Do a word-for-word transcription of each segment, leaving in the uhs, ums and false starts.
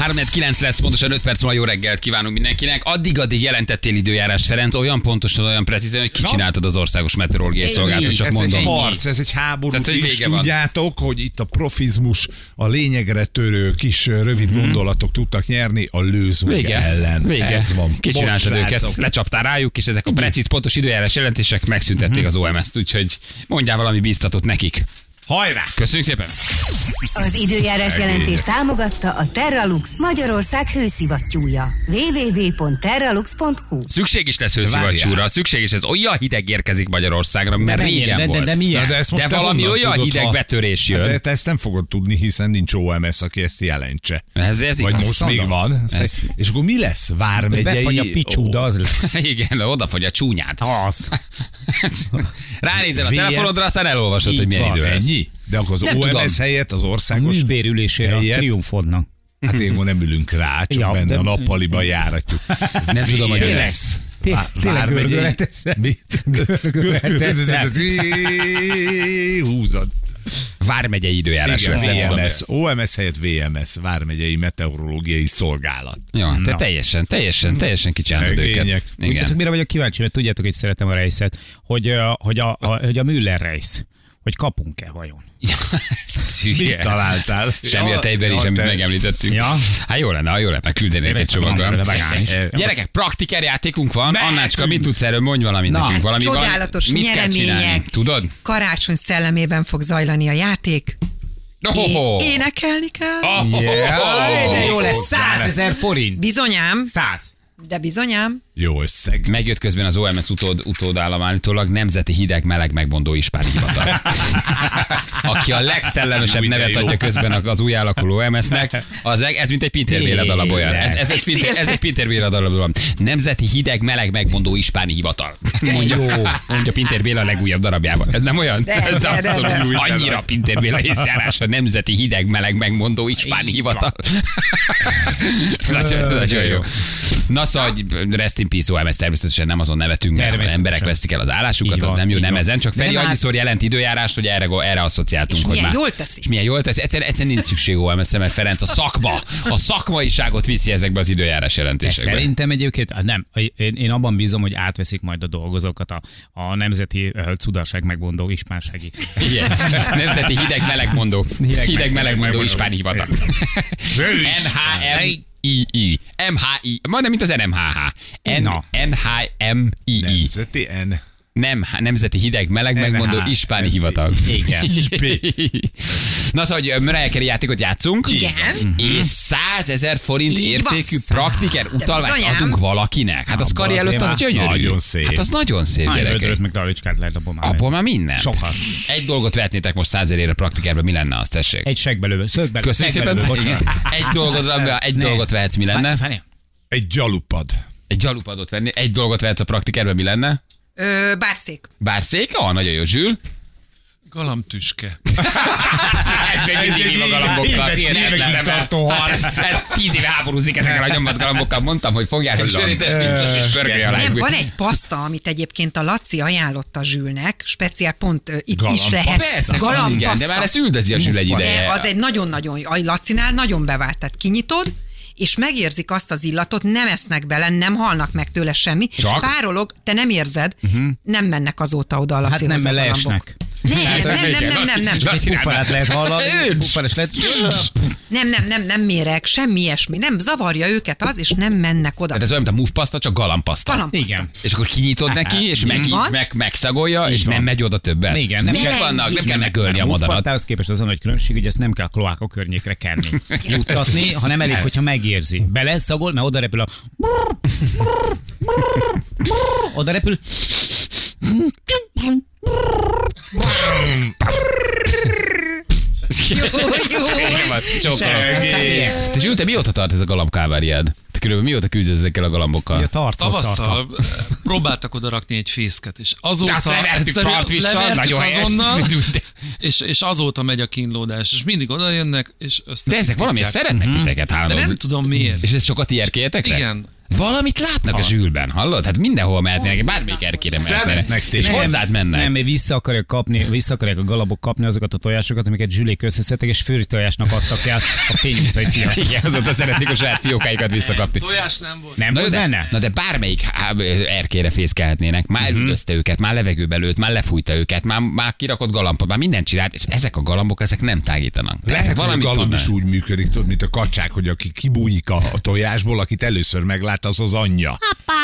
három kilenc lesz, pontosan öt perc múlva jó reggelt kívánunk mindenkinek. Addig-addig jelentettél időjárás, Ferenc, olyan pontosan, olyan precízen, hogy kicsináltad az Országos Meteorológiai Szolgálatot, csak ez mondom. egy harc, ez egy háború, Tehát, hogy és vége van. tudjátok, hogy itt a profizmus, a lényegre törő kis rövid Mhm. gondolatok tudtak nyerni a lőzők Vége. ellen. Vége. Ez van. Kicsináltad Bocs, őket, srácok. lecsaptál rájuk, és ezek a precíz, pontos időjárás jelentések megszüntették az o em es-t, úgyhogy mondjál valami bíztatót nekik. Hajrá! Köszönjük szépen! Az időjárás jelentést támogatta a Terralux Magyarország hőszivattyúja. double-u double-u double-u pont terralux pont hu. Szükség is lesz hőszivattyúra, szükség is, ez olyan hideg érkezik Magyarországra, mert régen de, de, volt. de, de milyen? Na, de ezt most De te valami honnan olyan tudod, hideg ha- betörés jön. De te ezt nem fogod tudni, hiszen nincs o em es, aki ezt jelentse. Ez, ez Vagy igaz. most még Szandor. van. Ez- És akkor mi lesz? Vármegyei... Befagy a picsú, de az lesz. Igen, odafogy a csúnyád. Az. Ránézel a Vé- telefonodra, aztán elolvasod, Így hogy milyen van. idő lesz. Ennyi? De akkor az Nem o em es tudom. helyett az országos... Műbérülésére a helyett- triumfodnak. Hát én nem ülünk rá, csak Ja, benne de- a nappaliban járatjuk. Nem tudom, hogy Tényleg. lesz. Té- Tényleg görgöleteszel. Mi? Görgöleteszel. Húzod. Vármegyei időjárás Igen, lesz. nem tudom. vé em es. o em es helyett vé em es, Vármegyei Meteorológiai Szolgálat. Ja, te Na. teljesen, teljesen, teljesen kicsináltad őket. Szegények. Igen. Tudjátok, mire vagyok kíváncsi, mert tudjátok, hogy szeretem a rejszet, hogy, ö, hogy, a, a, hogy a Müller rejsz, hogy kapunk-e vajon? Mit találtál? Semmi a tejben is, Ja, amit te- megemlítettünk. Ja. Hát jó lenne, ha jó lenne, küldenék egy Szeretem csomagban. a vegánis. Gyerekek, praktiker játékunk van. Ne! Annácska, mit tudsz erről? Mondj valamit Na, nekünk. Valami, Csodálatos valami, mit kell csinálni? nyeremények. Tudod? Karácsony szellemében fog zajlani a játék. Oh, É- énekelni kell. oh, Jaj, de jó lesz, százezer forint. Bizonyám, Száz. de bizonyám. Jó összeg. Megjött közben az o em es utód, utódállam állítólag Nemzeti Hideg Meleg Megmondó Ispáni Hivatal. Aki a legszellemesebb Jó, de nevet jó. adja közben az új alakuló o em es-nek, az, ez mint egy Pintér Béla dalab olyan. Ez, ez, egy Pintér, ez egy Pintér Béla dalab. Nemzeti Hideg Meleg Megmondó Ispáni Hivatal. Mondja, mondja Pintér Béla a legújabb darabjában. Ez nem olyan? De, de, de, de. Abszolút annyira Pintér Béla észjárás a Nemzeti Hideg Meleg Megmondó Ispáni Hivatal. Nagyon, nagyon jó. Na szóval, rest in peace o em es, természetesen nem azon nevetünk, mert Természetesen. emberek veszik el az állásukat, Így az van, nem jó, így nem van. ezen, csak De Feri nem annyiszor jelent időjárást, hogy erre, erre asszociáltunk. És hogy milyen már, jól teszi. És milyen jól teszi. Egyszer, egyszer nincs szükség o em es-re, mert Ferenc a szakma, a szakmaiságot viszi ezekbe az időjárás jelentésekbe. Szerintem egyébként, ah, nem, én, én abban bízom, hogy átveszik majd a dolgozókat a, a Nemzeti uh, Cudarság Megmondó Ispánsági. Igen. Nemzeti Hideg Melegmondó. Hideg Hideg Melegmondó Melegmondó. Ispáni Hivatal. en há em i i. em há i. Majdnem, mint az en em há há. Na. en há em i i. Nemzeti N. Nem, Nemzeti Hideg Meleg Megmondó en há em i. Ispáni Hivatal. Igen. Na szóval, hogy Mariah Carey játékot játszunk. Igen. És százezer forint Így van. értékű praktiker utalványt bizonyám. adunk valakinek. Hát az Abba Kari előtt azért az már gyönyörű. nagyon szép. Hát az nagyon szép, Hány gyerekek. vödröt meg dalicskát lehet abból már Abból venni? már minden. Sokat. Egy dolgot vehetnétek most százezerére praktikerbe, mi lenne az, tessék? Egy segbelővő, szögbelővő. Köszönjük szépen. Igen. Egy dolgot, egy Ne. dolgot vehetsz, mi lenne? Fáni. Egy gyalupad. Egy gyalupadot venni. Egy dolgot vehetsz a praktikerbe, mi lenne? Ö, bárszék. Bárszék? Ah, nagyon jó, Zsül. Galambtüske. Ez még mindig így a galambokkal. Évekig Hihetetlen. tartó harc. Ez- ez Tíz éve háborúzik ezekkel a nyomvat galambokkal. Mondtam, hogy fogják egy sörétes pizzát és pörgölj a Nem, lájkba. van egy paszta, amit egyébként a Laci ajánlotta Zsülnek, speciál pont ö, itt is Galampaszta? lehet. Persze, igen, de Galambpaszta. már ezt üldözi a Zsül egy ideje. De az egy nagyon-nagyon, a Lacinál nagyon bevált. Tehát kinyitod, és megérzik azt az illatot, nem esznek bele, nem halnak meg tőle semmi. Csak? Párolog, te nem érzed, uh-huh. nem mennek azóta oda a Hát Lacihoz nem, a mert galambok. leesnek. Nem, Hát, nem, az nem, igen, nem, nem, nem, Laci- Egy puffarát lehet hallani, Ücs! puffarás lehet. nem, nem, nem, nem méreg, semmi ilyesmi. Nem zavarja őket az, és nem mennek oda. Tehát ez olyan, mint a move pasta, csak galampaszta. Galambpaszta. Igen. És akkor kinyitod neki, és meg, van. meg, megszagolja, és van. nem megy oda többet. Igen, nem Mik kell- vannak? Nem kell megölni a A madarat. mufpasztához képest az a nagy különbség, hogy ezt nem kell kloáka környékre kenni, juttatni, hanem elég, hogyha megérzi. Beleszagol, mert oda repül a... Oda repül... Jó, jó. Igen, van, csókolom. Szegény. Te Zsül, te mióta tart ez a galambkáváriád? Te körülbelül mióta küzdesz ezekkel a galambokkal? A tarcol szarta. Tavasszal próbáltak oda rakni egy fészket, és De azóta azt levertük egyszerűen partvissal, levertük nagyon azonnal, helyes. és, és azóta megy a kínlódás, és mindig oda jönnek, és össze. De ezek valamiért szeretnek titeket De állandóan. nem tudom miért. És ez sokat ierkéltek? Igen. Valamit látnak a Zsülben, hallod? Hát mindenhol mehetnének, bármelyik erkére mehetnének. Szeretnek És téged. hozzád mennek. Nem, mert vissza akarják kapni, vissza akarják a galabok kapni azokat a tojásokat, amiket Zsülék összeszedtek, és főri tojásnak adtak el a Fény utcai piacon. Igen, azóta szeretnék a saját fiókáikat visszakapni. Tojás nem volt. Nem Na, volt de, benne? na de bármelyik há- erkére fészkelhetnének, már elüldözte őket, már levegőbe lőtt, már lefújta őket, már, már kirakott galambot, már mindent csinált, és ezek a galambok, ezek nem tágítanak. De Lehet, ezek hogy a valamit galamb tudnak. is úgy működik, tudod, mint a kacsák, hogy aki kibújik a, a tojásból, akit először meglát, az az anyja.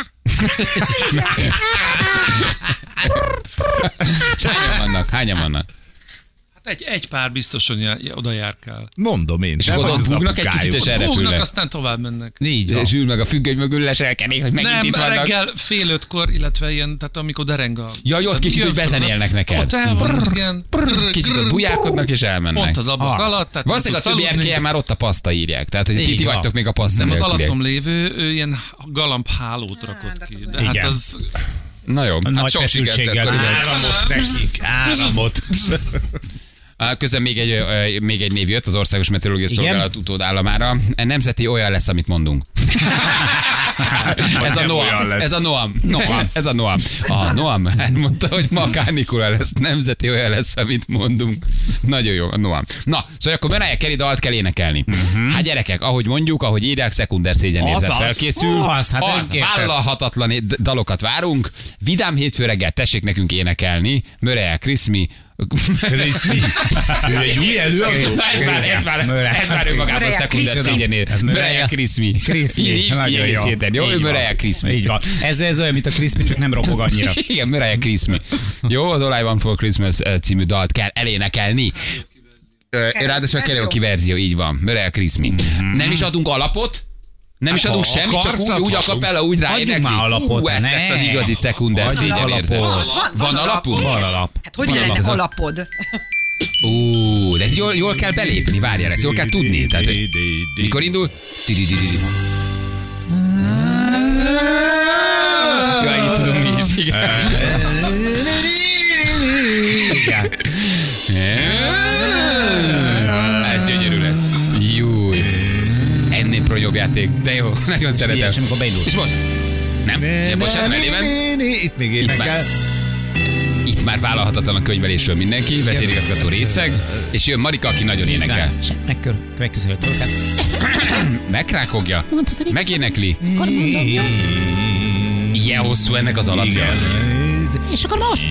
És hányan vannak? Hányan vannak? Hát egy, egy pár biztosan jár, oda járkál. Mondom én. És te akkor vagy ott az búgnak egy apukájuk. kicsit, és elrepülnek. Búgnak, aztán tovább mennek. Így van. Zsül meg a függöny mögül leselkedik, hogy megint Nem, itt vannak. reggel fél ötkor, illetve ilyen, tehát amikor dereng a... Ja, hogy ott tehát kicsit jön úgy föl, bezenélnek neked. Ott el van, igen. Kicsit ott bujálkodnak és elmennek. Pont az ablak Arc. alatt. Tehát Valószínűleg a tudsz többi aludni. erkélyen már ott a paszta írják. Tehát, hogy ti, Így ti van. vagytok még a paszta Nem, az nélküliek. alattom lévő ő ilyen galamb hálót rakott ki. De hát Igen. az... Na jó, hát Nagy sok sikert feszültséggel akkor. tudod. Áramot nekik, áramot. Á, Közben még egy, ö, még egy név jött az Országos Meteorológiai Igen? Szolgálat utódállomára. Nemzeti olyan lesz, amit mondunk. Ez a nem olyan Noam. lesz. Ez a Noam. Noam. Ez a Noam. A Noam mondta, hogy ma kánikula lesz. Nemzeti olyan lesz, amit mondunk. Nagyon jó, a Noam. Na, szóval akkor Mariah Carey dalt kell énekelni. Uh-huh. Hát gyerekek, ahogy mondjuk, ahogy írják, szekunder szégyenérzet Azaz. felkészül. Az, hát az nem érted. vállalhatatlan d- dalokat várunk. Vidám hétfő reggel tessék nekünk énekelni. Mariah Carey. Kriszmi. Ő egy új előadó. Na, ez már, ez már, Mariah ez már önmagában Mariah szekunder Chrismi. szégyenér. Mariah Chrismi. Chrismi. Így, így, így Nagyon egész jó. héten, jó? Ő Így van. Mariah Chrismi. Így van. Ez, ez olyan, mint a Crispy, csak nem ropog annyira. Igen, Mariah Chrismi. Jó, az All I Want for Christmas eh, című dalt kell elénekelni. Ö, Ráadásul a karaoke verzió, így van. Mariah Chrismi. Nem is adunk alapot, nem is Ha adunk semmit, csak akarsz, úgy, úgy a adhatunk. kapella, úgy Hagyjuk ráénekli. már alapot, Hú, ez ne. lesz az igazi szekunder Hagyjuk szégyenérzet. alapot. Van alapunk? Van alap. Hát hogy Van lenne alap. alapod? Ú, de ez jól, jól kell belépni, várjál, ezt jól kell tudni. Tehát, hogy mikor indul? Ti-di-di-di-di. Jó, ennyit tudunk mi is, igen. Igen. Ez gyönyörű lesz. Júj. Ennél pro jobb játék. De jó, nagyon szeretem. Figyelj, amikor beindul. És most? Nem? Ja, bocsánat, mellében. Itt még énekel. Itt már vállalhatatlan a könyvelésről mindenki, vezérigazgató részeg, és jön Marika, aki nagyon énekel. Megkör, megköszönöm a torkát. Megrákogja, megénekli. Ilyen hosszú ennek az alapja. És akkor most?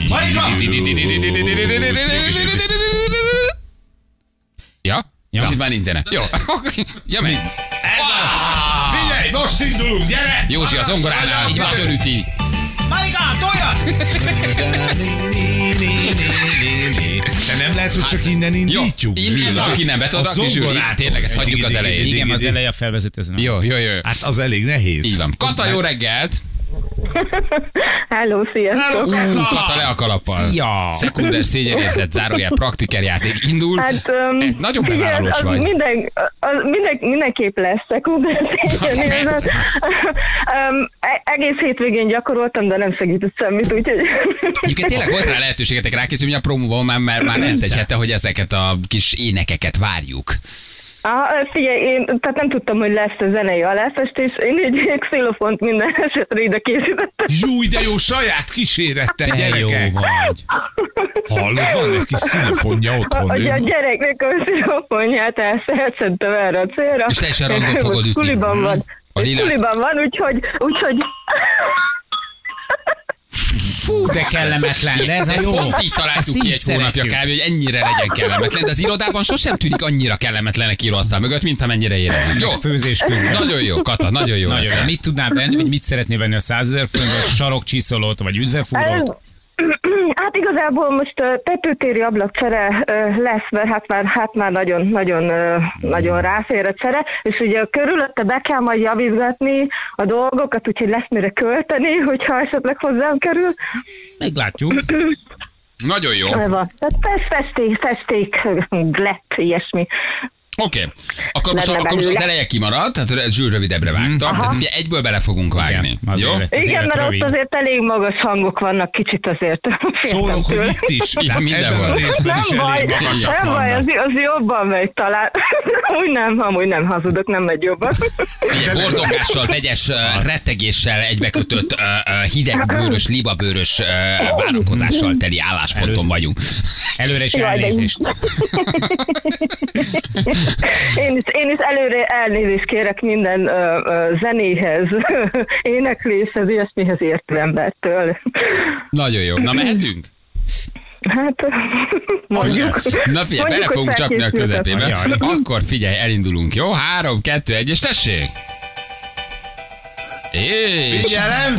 Ja? Ja. Most itt már nincs zene. Jó. Ja, megy. Figyelj, most indulunk, gyere! Józsi a zongoránál nagyon üti. Marika, tolja! De nem lehet, hogy csak innen Jó, indítjuk. indítjuk csak innen, be tudod rakni, Zsűri? Tényleg, ezt hagyjuk az elején. Igen, az eleje a felvezetőző. Jó, jó, jó. Hát az elég nehéz. Így van. Kata, jó reggelt! Hello, sziasztok! Ú, Kata le a kalappal. Szia! Szekunder szégyenérzet, zárójel, praktiker játék indul. Hát, um, Ez nagyon figyelj, bevállalós az vagy. Minden, az minden, mindenképp lesz szekunder szégyenérzet. um, e- egész hétvégén gyakoroltam, de nem segített semmit, úgyhogy... Egyébként tényleg volt rá lehetőségetek rákészülni, a promóban már, már, már nem egy hete, hogy ezeket a kis énekeket várjuk. Aha, figyelj, én tehát nem tudtam, hogy lesz a zenei alászást, és én egy xilofont minden esetre ide készítettem. Júj, de jó, saját kísérettel, Te jó gyerekek. vagy. Hallod, van egy kis szilofonja otthon. Hogy ő- a gyereknek a szilofonját elszedtem erre a célra. És teljesen random fogod Most ütni. Kuliban van. A lila- Kuliban van, úgyhogy... úgyhogy... Fú, de kellemetlen, de ez a Ezt jó. pont így találtuk Ezt ki így egy hónapja szeretjük. kb, hogy ennyire legyen kellemetlen, de az irodában sosem tűnik annyira kellemetlenek íróasztal mögött, mint amennyire érezzük. Jó? Főzés közben. Nagyon jó, Kata, nagyon jó Nagyon jó. leszel. Mit tudnál venni, vagy mit szeretnél venni a százezer forintos sarokcsiszolót, vagy üdvefúrót? Hát igazából most ö, tetőtéri ablakcsere ö, lesz, mert hát már, hát már nagyon, nagyon, ö, nagyon ráfér a csere, és ugye körülötte be kell majd javizgatni a dolgokat, úgyhogy lesz mire költeni, hogyha esetleg hozzám kerül. Meglátjuk. Nagyon jó. Ez van. Tehát fest, festék, festék, glett, ilyesmi. Oké, okay. akkor most, Lenne akkor most az belőle. eleje kimaradt, tehát Zsül rövidebbre vágtam, tehát ugye egyből bele fogunk vágni. Igen, az Jó? élet. Az Igen, élet mert rövid. ott azért elég magas hangok vannak, kicsit azért. Szólok, hogy itt is. Itt Tehát mindenhol. ebben a részben Nem is baj, elég magasak nem baj, az, vannak. az jobban megy talán. amúgy nem, amúgy nem hazudok, nem megy jobban. Ugye borzongással, vegyes uh, rettegéssel egybekötött uh, uh, hidegbőrös, libabőrös uh, várakozással teli állásponton Először. vagyunk. Előre is Jaj, de elnézést. Én is, én is előre elnézést kérek minden uh, uh, zenéhez, énekléshez, ilyesmihez értő embertől. Nagyon jó. Na, mehetünk? Hát, mondjuk. Na figyelj, bele hogy fogunk csapni a felkészültem. közepébe. Jaj. Akkor figyelj, elindulunk. Jó? Három, kettő, egy, és tessék! És... Figyelem!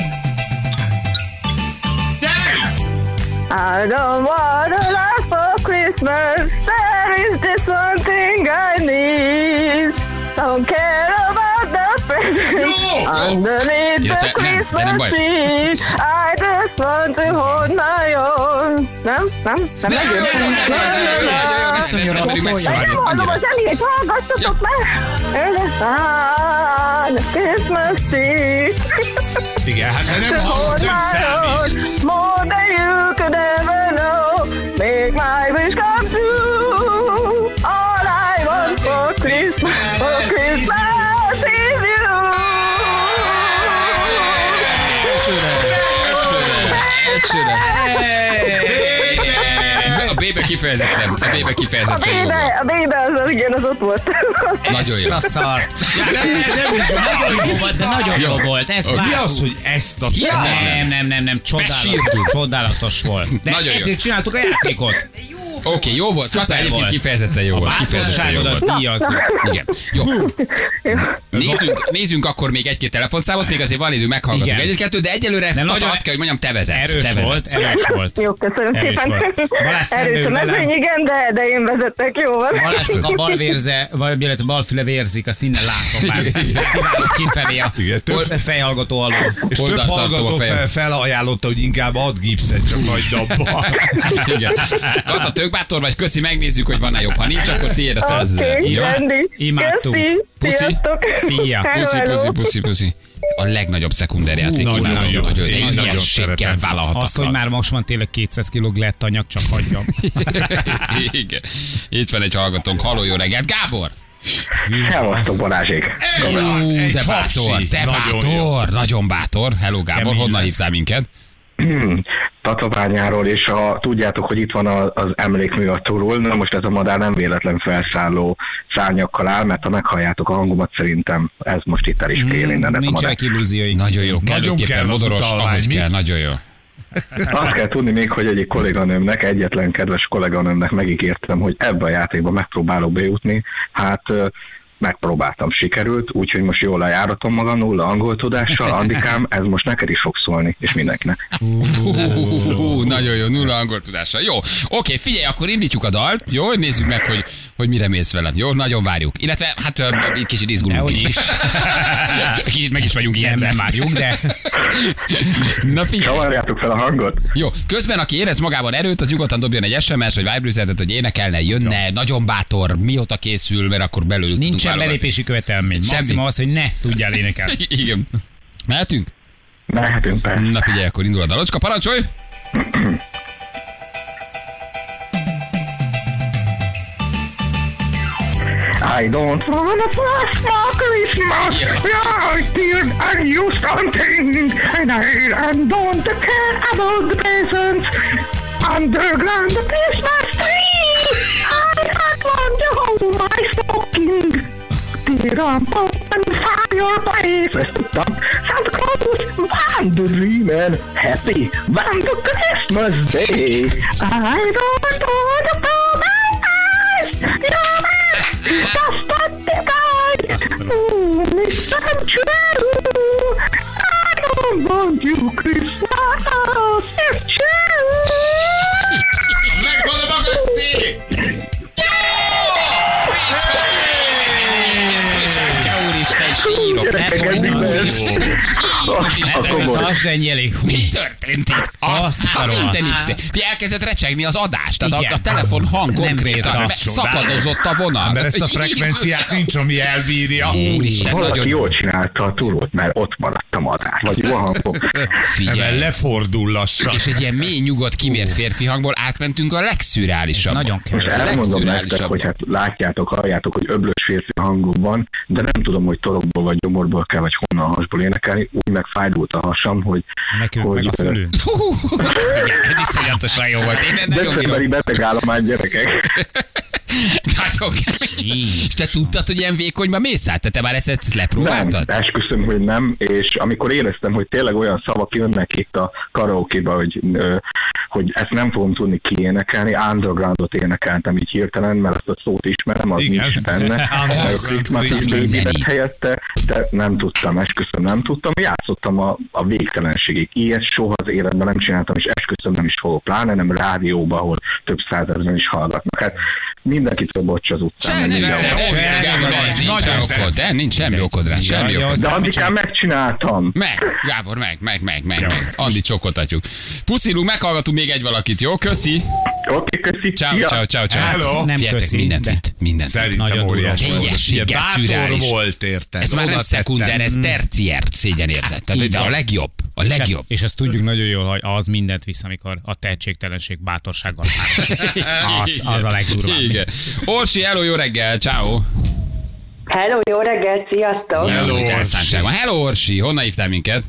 I don't want a lot for Christmas. There is just one thing I need. Don't care about the presents underneath Illetve the nem, de nem Christmas baj. tree. I just want to hold my own. Nem? Nem? Nem megjön? Iszonyú rossz De nem hallom az elét, hallgassatok meg! On the Christmas tree. Igen, hát ha nem hallod, nem számít. More than you could ever know. Make my wish come true. All I want for Christmas, for Christmas is you. Elsőre. A bébe kifejezetten, a bébe A kifejezetten jó volt. bébe, a bébe az, az igen, az ott volt. Nagyon jó. A szar. Nagyon jó volt, de nagyon jó volt. Ezt Mi vártuk. az, hogy ezt a Nem, nem, nem, nem, csodálatos, Besírtuk. csodálatos volt. De Nagyon jó. ezért csináltuk a játékot. Oké, okay, jó volt. Kata, egyébként volt. kifejezetten jó A volt. Kifejezetten jó volt. bátorságodat díjazzuk. Igen. Jó. Nézzünk, nézzünk akkor még egy-két telefonszámot, még azért van idő, meghallgatunk Igen. egyet-kettőt, de egyelőre De Kata, nagyon azt kell, hogy mondjam, te vezetsz. Erős te volt, vezetsz. erős volt. Jó, köszönöm Erős szépen. volt. Balázs szembe Erős a ül velem. mezőny, igen, de, de én vezettek, jó van. Balázsnak a bal vérze, vagy illetve bal füle vérzik, azt innen látom már. Szivárok kifelé a Igen, több- fejhallgató alól. És Hol több tartom a hallgató fejem? fel, felajánlotta, hogy inkább ad gipszet, csak hagyd abba. Igen. Kata, tök bátor vagy, köszi, megnézzük, hogy van-e jobb. Ha nincs, akkor tiéd a százezer. Oké, Jó? rendi. Imádtunk. Köszi. Puszi. Sziasztok. Szia. Hello, Puszi, hello. puszi, puszi, puszi. A legnagyobb szekundárjáték. Nagyon Nagyon jó. nagyon. Én Egy nagyon ilyenséggel szeretem. vállalhatatlan. Az, hogy már most van tényleg kétszáz kiló lett anyag, csak hagyjam. Igen. Itt van egy hallgatónk. Halló, jó reggelt. Gábor! Szevasztok, Balázsék! Ú, egy de hapsi. bátor, te Nagyon jó. bátor, nagyon bátor. Hello, Gábor, Kemény honnan lesz. hívtál minket? Tatabányáról, és a, tudjátok, hogy itt van a, az emlékmű a túról, na most ez a madár nem véletlen felszálló szárnyakkal áll, mert ha meghalljátok a hangomat, szerintem ez most itt el is fél innen ez a madár. Nincsenek illúzióink. Nagyon jó, Nagyon kellőképpen kell az modoros, utalvány, ahogy mi? kell, nagyon jó. Azt kell tudni még, hogy egyik kolléganőmnek, egyetlen kedves kolléganőmnek megígértem, hogy ebbe a játékba megpróbálok bejutni, hát ö, megpróbáltam, sikerült, úgyhogy most jól lejáratom magam, nulla angol tudással, Andikám, ez most neked is fog szólni, és mindenkinek. Hú, nagyon jó, nulla angol tudása. Jó, oké, figyelj, akkor indítjuk a dalt, jó, nézzük meg, hogy, hogy mire mész veled, jó, nagyon várjuk. Illetve, hát ö, itt kicsit izgulunk Dehogy is. Kicsit meg is vagyunk Nem, ilyenben. nem várjuk, de Na figyelj. Csavarjátok fel a hangot? Jó, közben aki érez magában erőt, az nyugodtan dobjon egy es em es vagy Viber üzenetet, hogy énekelne, jönne, nagyon bátor, mióta készül, mert akkor belőlük tudunk nincsen válogatni. belépési követelmény. Semmi. Maximum az, hogy ne tudjál énekelni. Igen. Mehetünk? Mehetünk persze. Na figyelj, akkor indul a dalocska, parancsolj! I don't wanna pass my Christmas. Yeah, I still I use something, and I, I don't care about the presents. Underground the Christmas tree. I don't want to hold my stocking. There are open fireplaces. Santa Claus, wandering happy when the Christmas day. I don't want to close my eyes. You're just a device. Oh, it's untrue. I don't want you Christmas. It's true. Megmondom a köszi! Jó! Atya úristen, sírok. Gyerekek, ez minden. Tartsd ennyi elég. Mi történt itt? Azt a mindenit. Elkezdett recsegni az adást. Tehát a, a telefon hang konkrétan szakadozott a vonal. Mert ezt a frekvenciát nincs, ami elbírja. Úristen, Valaki nagyon... jól csinálta a túrót, mert ott maradt a madár. Vagy jó hangom. Ebben lefordul lassan. És egy ilyen mély, nyugodt, kimért férfi hangból átmentünk a legszürreálisabb. Nagyon És kell. elmondom nektek, hogy hát látjátok, halljátok, hogy öblös férfi hangom van, de nem tudom, hogy torokból vagy gyomorból kell, vagy honnan a hasból énekelni. Úgy megfájdult a hasam, hogy... Nekünk hogy, meg a fülünk. Ez iszonyatosan jó volt. Én nagyon decemberi bírom. betegállomány gyerekek. Nagyon kemény. És te tudtad, hogy ilyen vékonyba mész át? Te, te már ezt, ezt lepróbáltad? Nem, esküszöm, hogy nem, és amikor éreztem, hogy tényleg olyan szavak jönnek itt a karaoke-ba, hogy, ö, hogy ezt nem fogom tudni kiénekelni, undergroundot énekeltem így hirtelen, mert azt a szót ismerem, az Igen. nincs benne. Zenét. Helyette, de nem tudtam, esküszöm, nem tudtam. Játszottam a, a végtelenségig. Ilyet soha az életben nem csináltam, és esküszöm, nem is fogok, pláne nem rádióban, ahol több százezren is hallgatnak. Hát mindenkitől bocs az utcán. Se, menni nem, ide, nem, ahol- nem, nincs Nagyon okod, de nincs semmi okod rá, semmi okod. De Andikán megcsináltam. Meg, Gábor, meg, meg, meg, meg, meg. Andi csokoltatjuk. Puszilunk, meghallgatunk még egy valakit, jó? Köszi. Oké, köszi. Ciao, Szia. ciao, ciao, ciao. Hello. Nem Figyeljetek, köszi, mindent de- vitt, mindent vitt. Szerintem Nagyon óriási durva. volt. Teljességgel Ugye bátor szürreális. volt, érted? Ez már nem Oda szekunder, tettem. ez terciér szégyenérzet. Tehát Így a van. legjobb, a legjobb. És ezt tudjuk nagyon jól, hogy az mindent visz, amikor a tehetségtelenség bátorsággal párosul. Az, az a legdurvább. Igen. Orsi, hello, jó reggel, ciao. Hello, jó reggelt, sziasztok! Hello, Orsi. elszántság van. Hello, Orsi, honnan hívtál minket?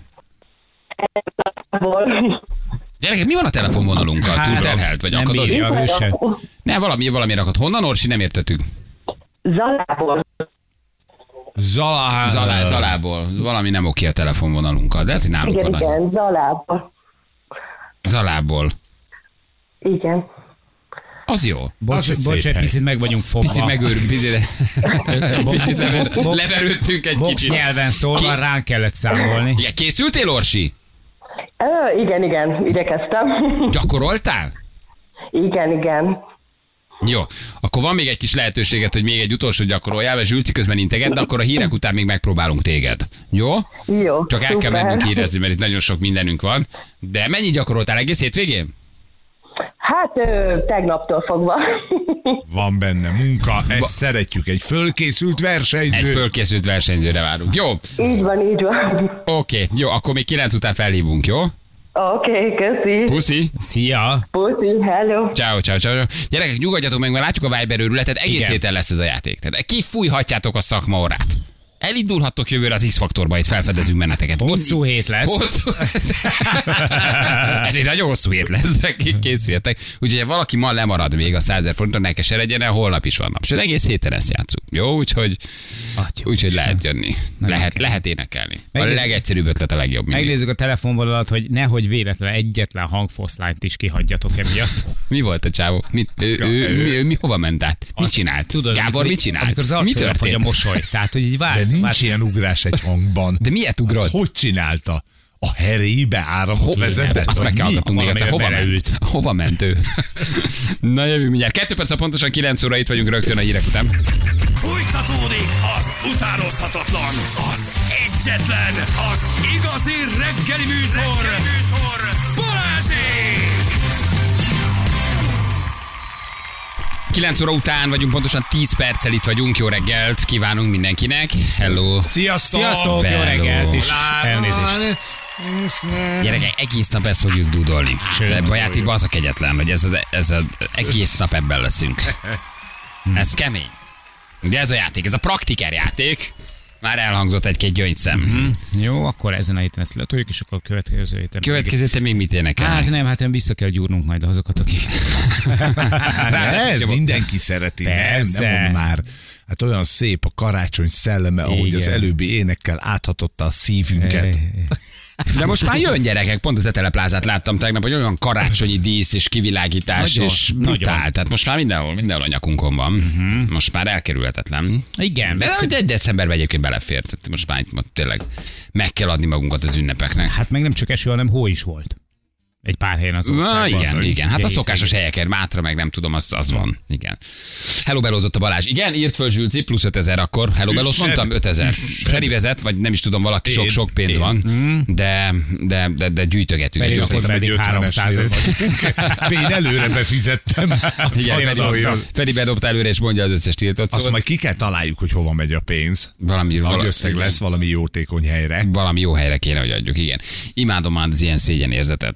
Gyerekek, mi van a telefonvonalunkkal? Hát, Túl terhelt, vagy nem akadozik? bírja ő se. Ne, valami, valami rakott. Honnan, Orsi? Nem értettük. Zalából. Zala. Zalá, Zalából. Valami nem oké a telefonvonalunkkal. De hát, hogy nálunk Igen, van. igen, Zalából. Zalából. Igen. Az jó. Az Bocs, egy bocs, szép egy hely. picit meg vagyunk fogva. Picit megőrünk, picit, picit lever, leverődtünk egy Box kicsit. nyelven szólva Ki- ránk kellett számolni. Igen, készültél, Orsi? Ö, igen, igen, igyekeztem. Gyakoroltál? Igen, igen. Jó, akkor van még egy kis lehetőséget, hogy még egy utolsó gyakoroljál, mert Zsülci közben integet, de akkor a hírek után még megpróbálunk téged. Jó? Jó, Csak el kell szuper. mennünk hírezni, mert itt nagyon sok mindenünk van. De mennyi gyakoroltál egész hétvégén? Hát ö, tegnaptól fogva. Van benne munka, ezt Va- szeretjük. Egy fölkészült versenyző. Egy fölkészült versenyzőre várunk. Jó? Így van, így van. Oké, jó, akkor még kilenc után felhívunk, jó? Oké, okay, köszi. Puszi. Szia! Puszi, hello. Ciao, ciao, ciao. Gyerekek, nyugodjatok meg, mert látjuk a Viber őrületet, egész Igen. héten lesz ez a játék. Tehát kifújhatjátok a szakmaórát. Elindulhattok jövőre az X-faktorba, itt felfedezünk benneteket. Hosszú hét lesz. Hosszú. Ez egy nagyon hosszú hét lesz, készüljetek. Úgyhogy ha valaki ma lemarad még a százezer forinton, ne keseredjen el, holnap is van nap. Sőt, egész héten ezt játszunk. Jó, úgyhogy, Atya úgyhogy Isten. lehet jönni. Nagyon Lehet, kell. lehet énekelni. A Megnézzük- legegyszerűbb ötlet a legjobb. mindig. Megnézzük a telefonvonalat, hogy nehogy véletlen egyetlen hangfoszlányt is kihagyjatok emiatt. Mi volt a csávó? Mi, ő, ő, ő, ő, mi hova ment át? Mit Azt csinált? Tudod, Gábor amikor- mit csinált? Amikor az Mi arcodra fagy a történt? mosoly. Tehát, hogy így De vársz, nincs vársz. ilyen ugrás egy hangban. De miért ugrott? Azt hogy csinálta? A herébe áramot vezetett? Azt vagy meg kell mi? hallgatnunk még egyszer. Hova Valamivel ment? Hova ment ő? Na jövő mindjárt. Kettő perc, pontosan kilenc óra itt vagyunk rögtön a hírek után. Fújtatódik az utánozhatatlan, az egyetlen, az igazi reggeli műsor, reggeli műsor. Balázsék! kilenc óra után vagyunk, pontosan tíz perccel itt vagyunk. Jó reggelt kívánunk mindenkinek. Hello. Sziasztok! Sziasztok, jó Hello. reggelt, és elnézést. Gyerekek, egész nap ezt fogjuk dudolni. Sőt. Ebben a játékban az a kegyetlen, hogy ez, a, ez a, egész nap ebben leszünk. Ez kemény. De ez a játék, ez a praktiker játék. Már elhangzott egy-két gyöngyszem. Jó, akkor ezen a héten ezt letoljuk, és akkor a következő héten. Következő te még mit énekelnek? Hát nem, hát nem vissza kell gyúrnunk majd azokat, akik... De ez mindenki szereti, nem, Persze. nem mond már. Hát olyan szép a karácsony szelleme, ahogy Igen. az előbbi énekkel áthatotta a szívünket. De most már jön gyerekek, pont az Eteleplázát láttam tegnap, hogy olyan karácsonyi dísz és kivilágítás, Nagyon, és brutál. nagyon. Tehát most már mindenhol, mindenhol a nyakunkon van. Uh-huh. Most már elkerülhetetlen. Igen. De, de decemberben egyébként belefér. Tehát most már itt tényleg meg kell adni magunkat az ünnepeknek. Hát meg nem csak eső, hanem hó is volt. Egy pár helyen az Na, országban. igen, Az, igen. Hát ugye a hét szokásos végén. helyeken, Mátra meg nem tudom, az, az van. Igen. Hello belózott a Balázs. Igen, írt föl Zsülci, plusz ötezer akkor. Hello belóz, Üssed. mondtam ötezer. Feri vezet, vagy nem is tudom, valaki Én, sok-sok pénz én. van, de, de, de, de gyűjtögetünk. Feri Egy akkor olyan- pedig hogy háromszáz ötvenesnél vagyunk. Én előre befizettem. Igen, Feri Feri, szóljon. Feri bedobta előre, és mondja az összes tiltott Azt szót. majd ki kell találjuk, hogy hova megy a pénz. Valami, Nagy vala- összeg lesz valami jótékony helyre. valami jó helyre kéne, hogy adjuk, igen. Imádom már az ilyen szégyenérzetet.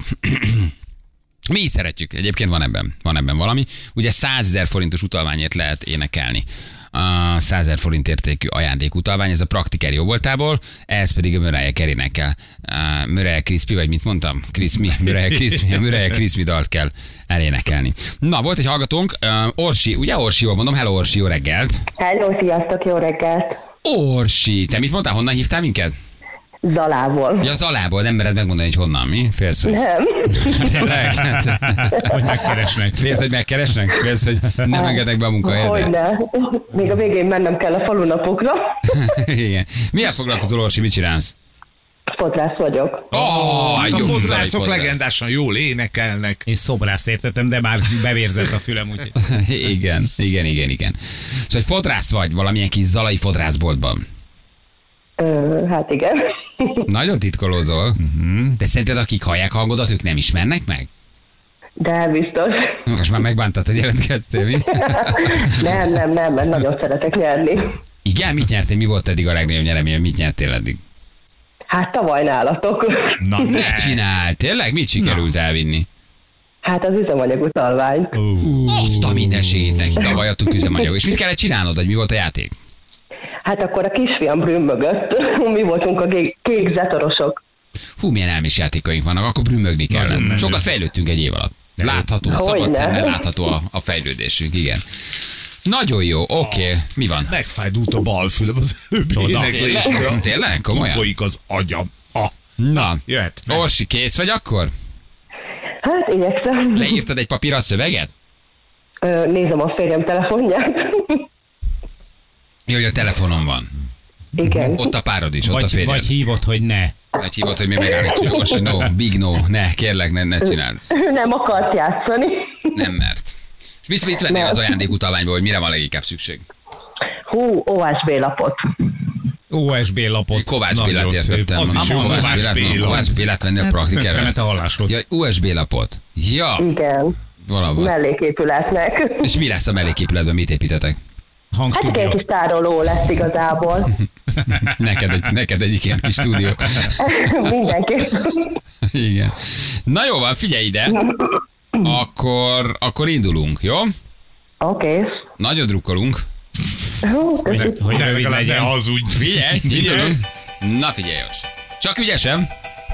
Mi is szeretjük, egyébként van ebben, van ebben valami. Ugye százezer forintos utalványért lehet énekelni. A százezer forint értékű ajándékutalvány, ez a Praktiker jóvoltából, ehhez pedig a Mariah Carey-nek kell. Uh, Mariah Crispy, vagy mit mondtam? Crispy, Mariah Crispy, a Mariah Crispy dalt kell elénekelni. Na, volt egy hallgatónk, uh, Orsi, ugye Orsi, jól mondom, hello Orsi, jó reggelt. Hello, sziasztok, jó reggelt! Orsi, te mit mondtál, honnan hívtál minket? Zalából. Ja, Zalából, nem mered megmondani, hogy honnan, mi? Félsz, hogy... Nem. Tényleg? Hogy megkeresnek. Félsz, hogy megkeresnek? Félsz, hogy nem engedek be a munkahelyedre? Hogyne. Még a végén mennem kell a falunapokra. Igen. Milyen foglalkozol, Orsi, mit csinálsz? Fodrász vagyok. Oh, A fodrászok legendásan jól énekelnek. Én szobrászt értettem, de már bevérzett a fülem, úgyhogy. Igen, igen, igen, igen. Szóval egy fodrász vagy valamilyen kis zalai fodrászboltban. Ö, hát igen. Nagyon titkolózol. De szerinted akik hallják hangodat, ők nem ismernek meg? De biztos. Most már megbántad, hogy jelentkeztél, mi? Nem, nem, nem, mert nagyon szeretek nyerni. Igen, mit nyertél? Mi volt eddig a legnagyobb nyeremény? Mit nyertél eddig? Hát tavaly nálatok. Na, ne. Mit csinál? Tényleg? Mit sikerült elvinni? Hát az üzemanyagutalvány. Azt a mindenségét neki, tavaly adtuk üzemanyag. És mit kellett csinálnod, hogy mi volt a játék? Hát akkor a kisfiam Brüm mögött mi voltunk a kék, kék zetorosok. Hú, milyen elmés játékaink vannak, akkor brümmögni kellett. Sokat fejlődtünk egy év alatt. Látható, Hogyne. szabad szemmel látható a, a fejlődésünk, igen. Nagyon jó, oké. Okay. Mi van? Megfájdult a bal fülem az előbbi Csoda. énekléstől. Tényleg? Komolyan? Kifolyik az agyam. Ah, Na, jöhet. Orsi, kész vagy akkor? Hát igyekszem. Leírtad egy papírra a szöveget? Ö, nézem a férjem telefonját. Jó, hogy a telefonon van. Igen. Ott a párod is, ott a Vagy, férjed. vagy hívod, hogy ne. Vagy hívod, hogy mi megállítjuk. Orsi, no, big no, ne, kérlek, ne, ne csináld. Nem akart játszani. Nem mert. És mit, mit vennél Nem. az ajándékutalványból, hogy mire van leginkább szükség? Hú, o es bé lapot. o es bé lapot. Kovács Nagyon Bélát szép. értettem. Az is Mondom, jó, Kovács Kovács Bélát, Béla. mondom, Kovács Bélát venni a praktikerre. Tönkremente a hallásról. Ja, o es bé lapot. Ja, Igen. valahol. Melléképületnek. És mi lesz a melléképületben, mit építetek? Hát egy Hangstúdió. kis tároló lesz igazából. Neked egy, neked egy ilyen kis stúdió. Mindenképp. Igen. Na jó van, figyelj ide. Akkor, akkor indulunk, jó? Oké. Okay. Nagyon drukkolunk. Hú, köszi. Hogy Ne, rövid legalább ne legyen. hazudj. Figyelj, indulunk. Na figyelj, Jos. Csak ügyesen.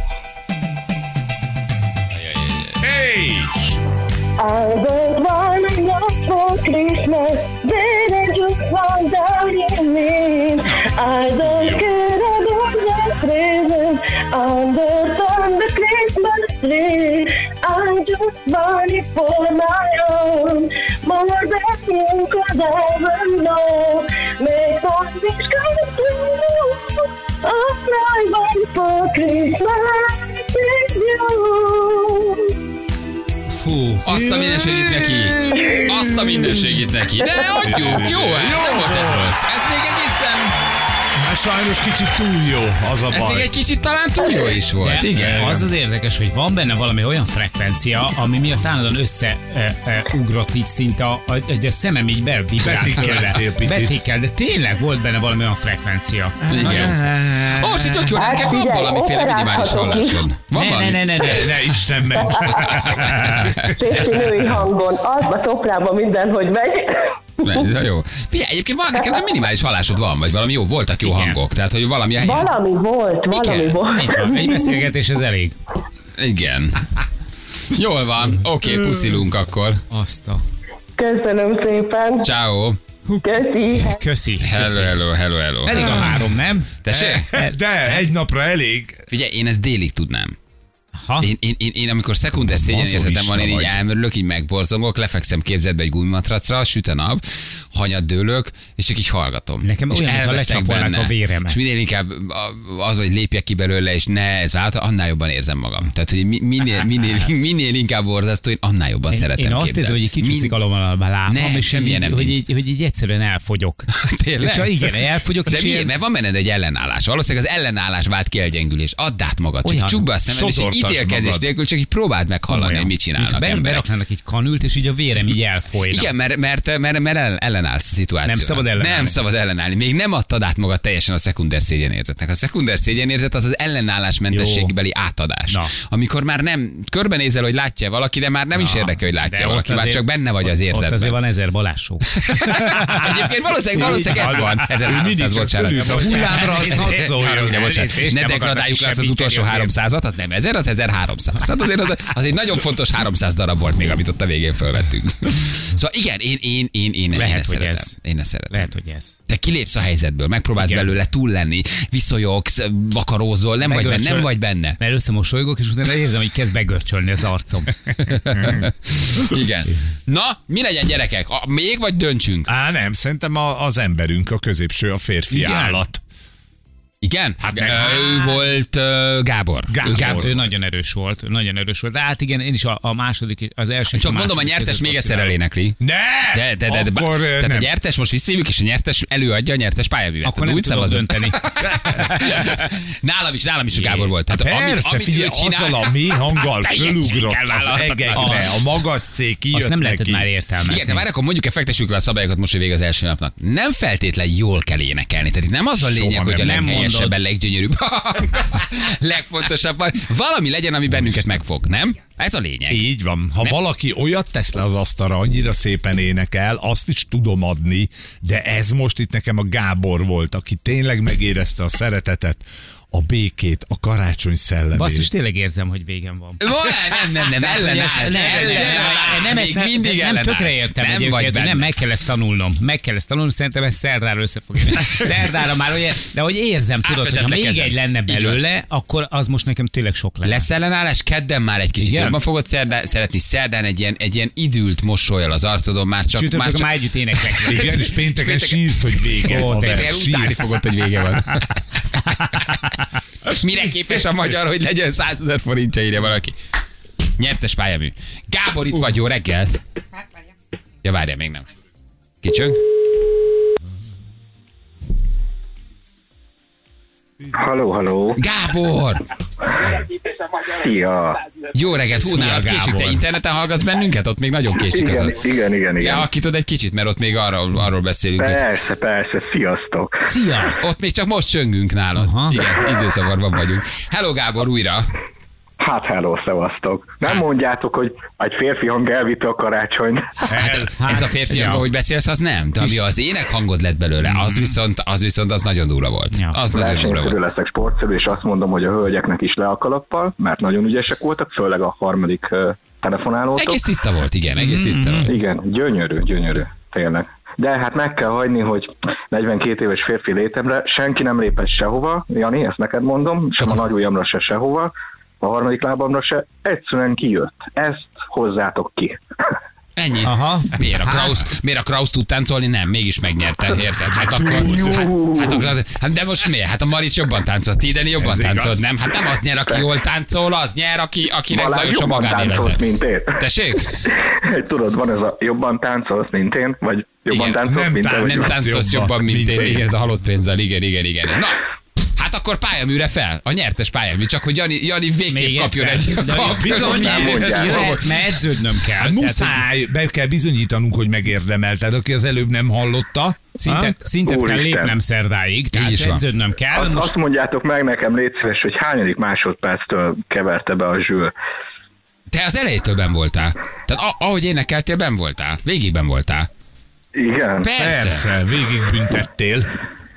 Hey! I don't want enough for Christmas, baby, just one down in me. I don't care about the presents under the Christmas tree. I just want it for my own, more than you could ever know. Make all this come true. All I want for Christmas is you. Fú. Azt a mindenségét neki. Azt a mindenségét neki. De adjuk. Jó, ez nem volt ez rossz. Ez még egészen... Hát sajnos kicsit túl jó, az a Ez még baj. egy kicsit talán túl jó is volt. De Igen. Az az érdekes, hogy van benne valami olyan frekvencia, ami miatt állandóan összeugrott így szinte, a, a, a szemem így belvibrált tőle. Betikkeltél picit. Betikkel, de tényleg volt benne valami olyan frekvencia. Igen. Ó, és tök jó, Hát nekem van figyelj, valamiféle minimális operálhatok is. hallásod. Van Ne, ne, valami? ne, ne, ne. Ne Isten ments. Férfi női hangon. Azba szoprában mindenhogy megy. Na jó. Figyelj, egyébként van nekem egy minimális hallásod van, vagy valami jó, voltak jó Igen. hangok. Tehát, hogy valami a helyen. Valami volt, valami Igen. volt. Így van, egy beszélgetés ez elég. Igen. Jól van. Oké, okay, puszilunk akkor. Azt a... Köszönöm szépen. Ciao. Köszi. Köszi. Hello, köszi. hello, hello, hello. Elég a három, nem? Tessék? De egy napra elég. Figyelj, én ezt délig tudnám. Én, én, én, én, amikor szekunder szégyenérzetem van, én így elmerülök, így megborzongok, lefekszem képzetbe egy gumimatracra, süt a nap, hanyat dőlök, és csak így hallgatom. Nekem és olyan, mintha lecsapolnák a véremet. És minél inkább az, hogy lépjek ki belőle, és ne ez válta, annál jobban érzem magam. Tehát, hogy minél, minél, minél inkább borzasztó, én annál jobban én, szeretem. Én azt képzelni. érzem, hogy egy kicsit szigalommal lábam, ne, és semmilyen így, nem hogy, így, hogy így egyszerűen elfogyok. Tényleg? És a, igen, elfogyok. De és miért? ilyen... Mert van benned egy ellenállás. Valószínűleg az ellenállás vált ki elgyengülés. Add át magad. Csak csukd be a szemed, és egy ítélkezés nélkül csak így próbáld meghallani, hogy mit csinálnak be, emberek. Beraknának egy kanült, és így a vérem így elfolyna. Igen, mert, mert, mert, mert ellenállsz a szituációra. Nem szabad ellenállni. Nem szabad ellenállni. Még nem adtad át magad teljesen a szekunder szégyenérzetnek. A szekunder szégyenérzet az az ellenállásmentességbeli átadás. Na. Amikor már nem körbenézel, hogy látja valaki, de már nem Na. is érdekel, hogy látja valaki, már csak benne vagy az érzetben. Ott azért van ezer Balázs-show. Egyébként valószínűleg, valószínűleg ez van. ezerháromszáz, bocsánat. A hullámra azt hadd szóljon. Ne degradáljuk le azt az utolsó háromszázat, az nem ezer, az ezerháromszáz. Tehát azért az, az egy nagyon fontos háromszáz darab volt még, amit ott a végén fölvettünk. Szóval igen, én, én, én, én, Lehet, én ezt hogy szeretem. ez. Én ezt szeretem. Lehet, hogy ez. Te kilépsz a helyzetből, megpróbálsz igen. belőle túl lenni, viszonyogsz, vakarózol, nem vagy benne, nem vagy benne. Mert először mosolygok, és utána érzem, hogy kezd begörcsölni az arcom. Igen. Na, mi legyen gyerekek? A, még vagy döntsünk? Á, nem, szerintem a, az emberünk a középső, a férfi igen. állat. Igen? Hát meg, ő volt uh, Gábor. Gábor. Gábor. Ő nagyon erős volt, nagyon erős volt. De hát igen, én is a, a második, az első. Csak a mondom, a nyertes még egyszer elénekli. Ne! De, de, de, de, Akkor de, tehát nem. a nyertes most visszajövük, és a nyertes előadja a nyertes pályaművet. Akkor nem tudom dönteni. nálam is, nálam is a Gábor volt. Tehát, persze, amit, amit figyelj, csinál, azzal a mély hanggal fölugrott az egekbe, a magas cég kijött azt nem neki. lehetett már értelmezni. Igen, de már akkor mondjuk fektessük le a szabályokat most, hogy vége az első napnak. Nem feltétlen jól kell énekelni. Tehát itt nem az a lényeg, hogy a leghelyesebb, leggyönyörűbb. Legfontosabban valami legyen, ami bennünket megfog, nem? Ez a lényeg. Így van. Ha nem. valaki olyat tesz le az asztalra, annyira szépen énekel, azt is tudom adni, de ez most itt nekem a Gábor volt, aki tényleg megérezte a szeretetet, a békét, a karácsony szellemét. Basszus, tényleg érzem, hogy végem van. Nem, nem, nem, ellenállsz. Nem, ezt mindig nem tökre értem nem egyébként, hogy nem, meg kell ezt tanulnom. Meg kell ezt tanulnom, szerintem ez szerdára össze fog jönni. Szerdára már olyan, de hogy érzem, tudod, hogy ha még egy lenne belőle, akkor az most nekem tényleg sok lenne. Lesz ellenállás, kedden már egy kicsit jobban fogod szerdán, szeretni, szerdán egy ilyen, egy ilyen idült mosollyal az arcodon, már csak... Csütörtökön már, csak... már együtt éneklek. Igen, és pénteken sírsz, hogy vége van. Utálni fogod, hogy vége van. Mire képes a magyar, hogy legyen százezer forintja, írja valaki. Nyertes pályamű. Gábor, itt vagy, jó reggelt. Ja, várjál, még nem. Kicsön? Halló, halló. Gábor! Szia! Jó reggelt, hú, nálad késik, te interneten hallgatsz bennünket? Ott még nagyon késik igen, az a... Igen, igen, igen. Ja, akitod egy kicsit, mert ott még arról, arról beszélünk. Persze, hogy... persze, sziasztok! Szia! Ott még csak most csöngünk nálad. Aha. Igen, időszavarban vagyunk. Hello, Gábor, újra! Hát hello, szevasztok. Nem mondjátok, hogy egy férfi hang elvitte a karácsonyt. Hát, hát, ez a férfi hang, ahogy beszélsz, az nem. De ami az ének hangod lett belőle, az viszont az, viszont az nagyon durva volt. Ja. Az nagyon durva volt. leszek sportszerű, és azt mondom, hogy a hölgyeknek is le a kalappal, mert nagyon ügyesek voltak, főleg a harmadik uh, telefonálótok. Egész tiszta volt, igen, egész tiszta volt. Igen, gyönyörű, gyönyörű, tényleg. De hát meg kell hagyni, hogy negyvenkét éves férfi létemre senki nem lépett sehova, Jani, ezt neked mondom, sem a nagyujjamra se sehova, a harmadik lábamra se, egyszerűen kijött. Ezt hozzátok ki. Ennyi. Aha. Miért a Kraus, miért a Kraus tud táncolni? Nem, mégis megnyerte, érted? Hát akkor, hát, hát, hát, de most miért? Hát a Marics jobban táncolt, Tideni jobban táncolt, nem? Hát nem az nyer, aki jól táncol, az nyer, aki, akinek zajos a magánélete. Mint én. Tessék? Tudod, van ez a jobban táncolsz, mint én, vagy jobban igen, táncolsz, mint én. Nem táncolsz jobban, mint én, igen, ez a halott pénzzel, igen, igen, igen. Na, hát akkor pályaműre fel, a nyertes pályamű, csak hogy Jani, Jani végképp kapjon egy... Bizony, nem mondják. Jöhet, mert edződnöm kell. Hát muszáj, be kell bizonyítanunk, hogy megérdemelted, aki az előbb nem hallotta. Szintet, szintet kell lépnem szerdáig, tehát edződnöm kell. Azt, most... azt mondjátok meg nekem, légy szíves, hogy hányadik másodperctől keverte be a Zsül. Te az elejétől benn voltál. Tehát ahogy énekeltél, benn voltál. Végig benn voltál. Igen. Persze. Persze, végig büntettél.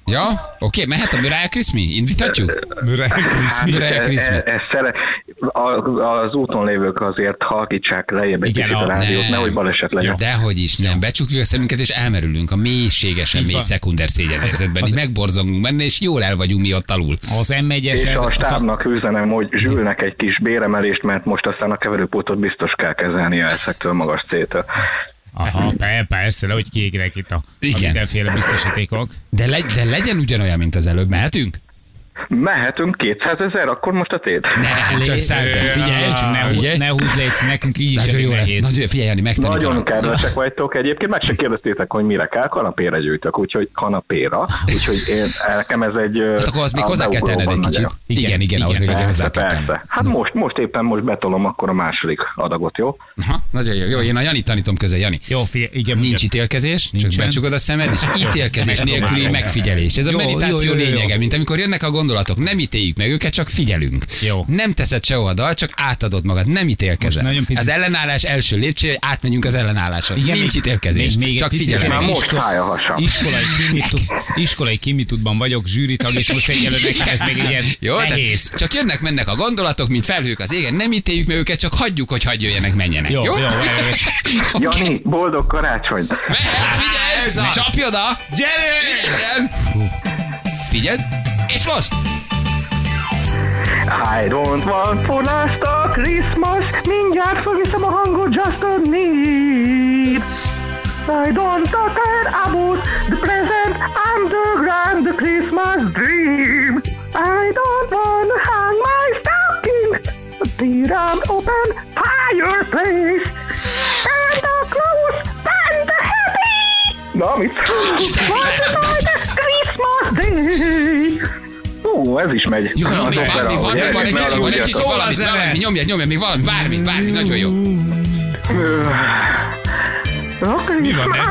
Ja? Oké, okay, mehet a Mariah Christmas? Indíthatjuk? Mariah Christmas. Mariah Christmas. Ez szere... Az úton lévők azért halkítsák lejjebb egy kicsit a rádiót, nehogy baleset legyen. Dehogy is, nem. Becsukjuk a szemünket, és elmerülünk a mélységesen mély szekunder szégyenérzetben. Így megborzongunk benne, és jól el vagyunk mi ott alul. Az em egyes És a stábnak üzenem, hogy zsülnek egy kis béremelést, mert most aztán a keverőpultot biztos kell kezelnie eszektől magas cétől. Aha, persze, hogy kiégnek itt a, a mindenféle biztosítékok. De, legy, de legyen ugyanolyan, mint az előbb. Mehetünk? Mehetünk kétszázezer, akkor most a tét? Ne, csak százezer. Figyelj, csak ne, figyelj. Ne húzz légy, nekünk így is nagyon jó lesz. Nagyon, figyelj, Jani, megtanítom. Nagyon kedvesek vagytok egyébként, meg se kérdeztétek, hogy mire kell, kanapére gyűjtök, úgyhogy kanapéra. Úgyhogy én, nekem ez egy... Hát akkor az még hozzá kell tenned egy kicsit. Igen, igen, igen, ahhoz még azért hozzá kell tenned. Hát most, most éppen most betolom akkor a második adagot, jó? Aha, nagyon jó. Jó, én a Janit tanítom közel, Jani. Jó, figyelj, igen. Nincs ítélkezés, csak becsukod a szemed, és ítélkezés nélküli megfigyelés. Ez a meditáció lényege, mint amikor jönnek a gondolatok, nem ítéljük meg őket, csak figyelünk. Jó. Nem teszed sehova dal, csak átadod magad, nem ítélkezel. Az ellenállás első lépcső, hogy átmegyünk az ellenálláson. Igen, nincs ítélkezés, még, még csak figyelem. Már most fáj a hasam. Iskolai, kimitud, iskolai kimitudban vagyok, zsűritag, és most egyelőnek ez még ilyen jó, nehéz. Csak jönnek, mennek a gondolatok, mint felhők az égen, nem ítéljük meg őket, csak hagyjuk, hogy hagyj jöjjenek, menjenek. Jó, jó? jó Jani, boldog karácsony. Figyelj, csapj oda. Gyere! Figyeld, és most! I don't want for last a Christmas, mindjárt felviszem a hangot, just a need. I don't care about the present and the grand Christmas dream. I don't want to hang my stocking at the round open fireplace. And the clothes and the happy. Na, mit? What the Christmas day? Ó, ez is megy. Jó, no, még van, még van, még van, egy kicsit, van, egy kicsit, valamit, valamit, nyomja, nyomja, még valami, bármi, bármi, nagyon jó. Mi van, ne?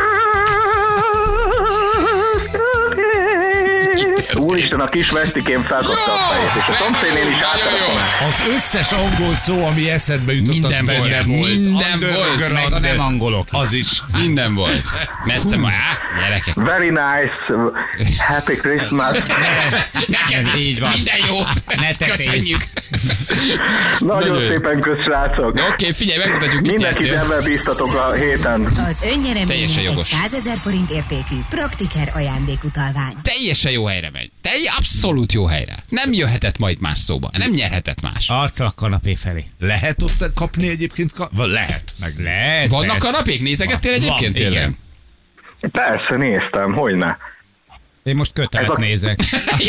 Úristen, a kis vestikém felkapta a fejét, és a szomszédén is áttelefonál. Az összes angol szó, ami eszedbe jutott, minden az volt, benne volt. minden volt, meg a nem angolok. Az is. Minden volt. Messze ma, á, gyerekek. Very nice, happy Christmas. Nekem is, így van. minden jót. Köszönjük. Nagyon szépen kösz, srácok. Oké, okay, figyelj, megmutatjuk, mit mindenkit ebben bíztatok a héten. Az önnyereménye egy százezer forint értékű Praktiker ajándékutalvány. Teljesen jó helyre megy. Telj, abszolút jó helyre. Nem jöhetett majd más szóba. Nem nyerhetett más. Arccal a kanapé felé. Lehet ott kapni egyébként? Ka- lehet. Meg lehet. Vannak kanapék? Nézegettél egyébként tényleg? Persze, néztem, hogyne. Én most kötelet a... nézek. Ja,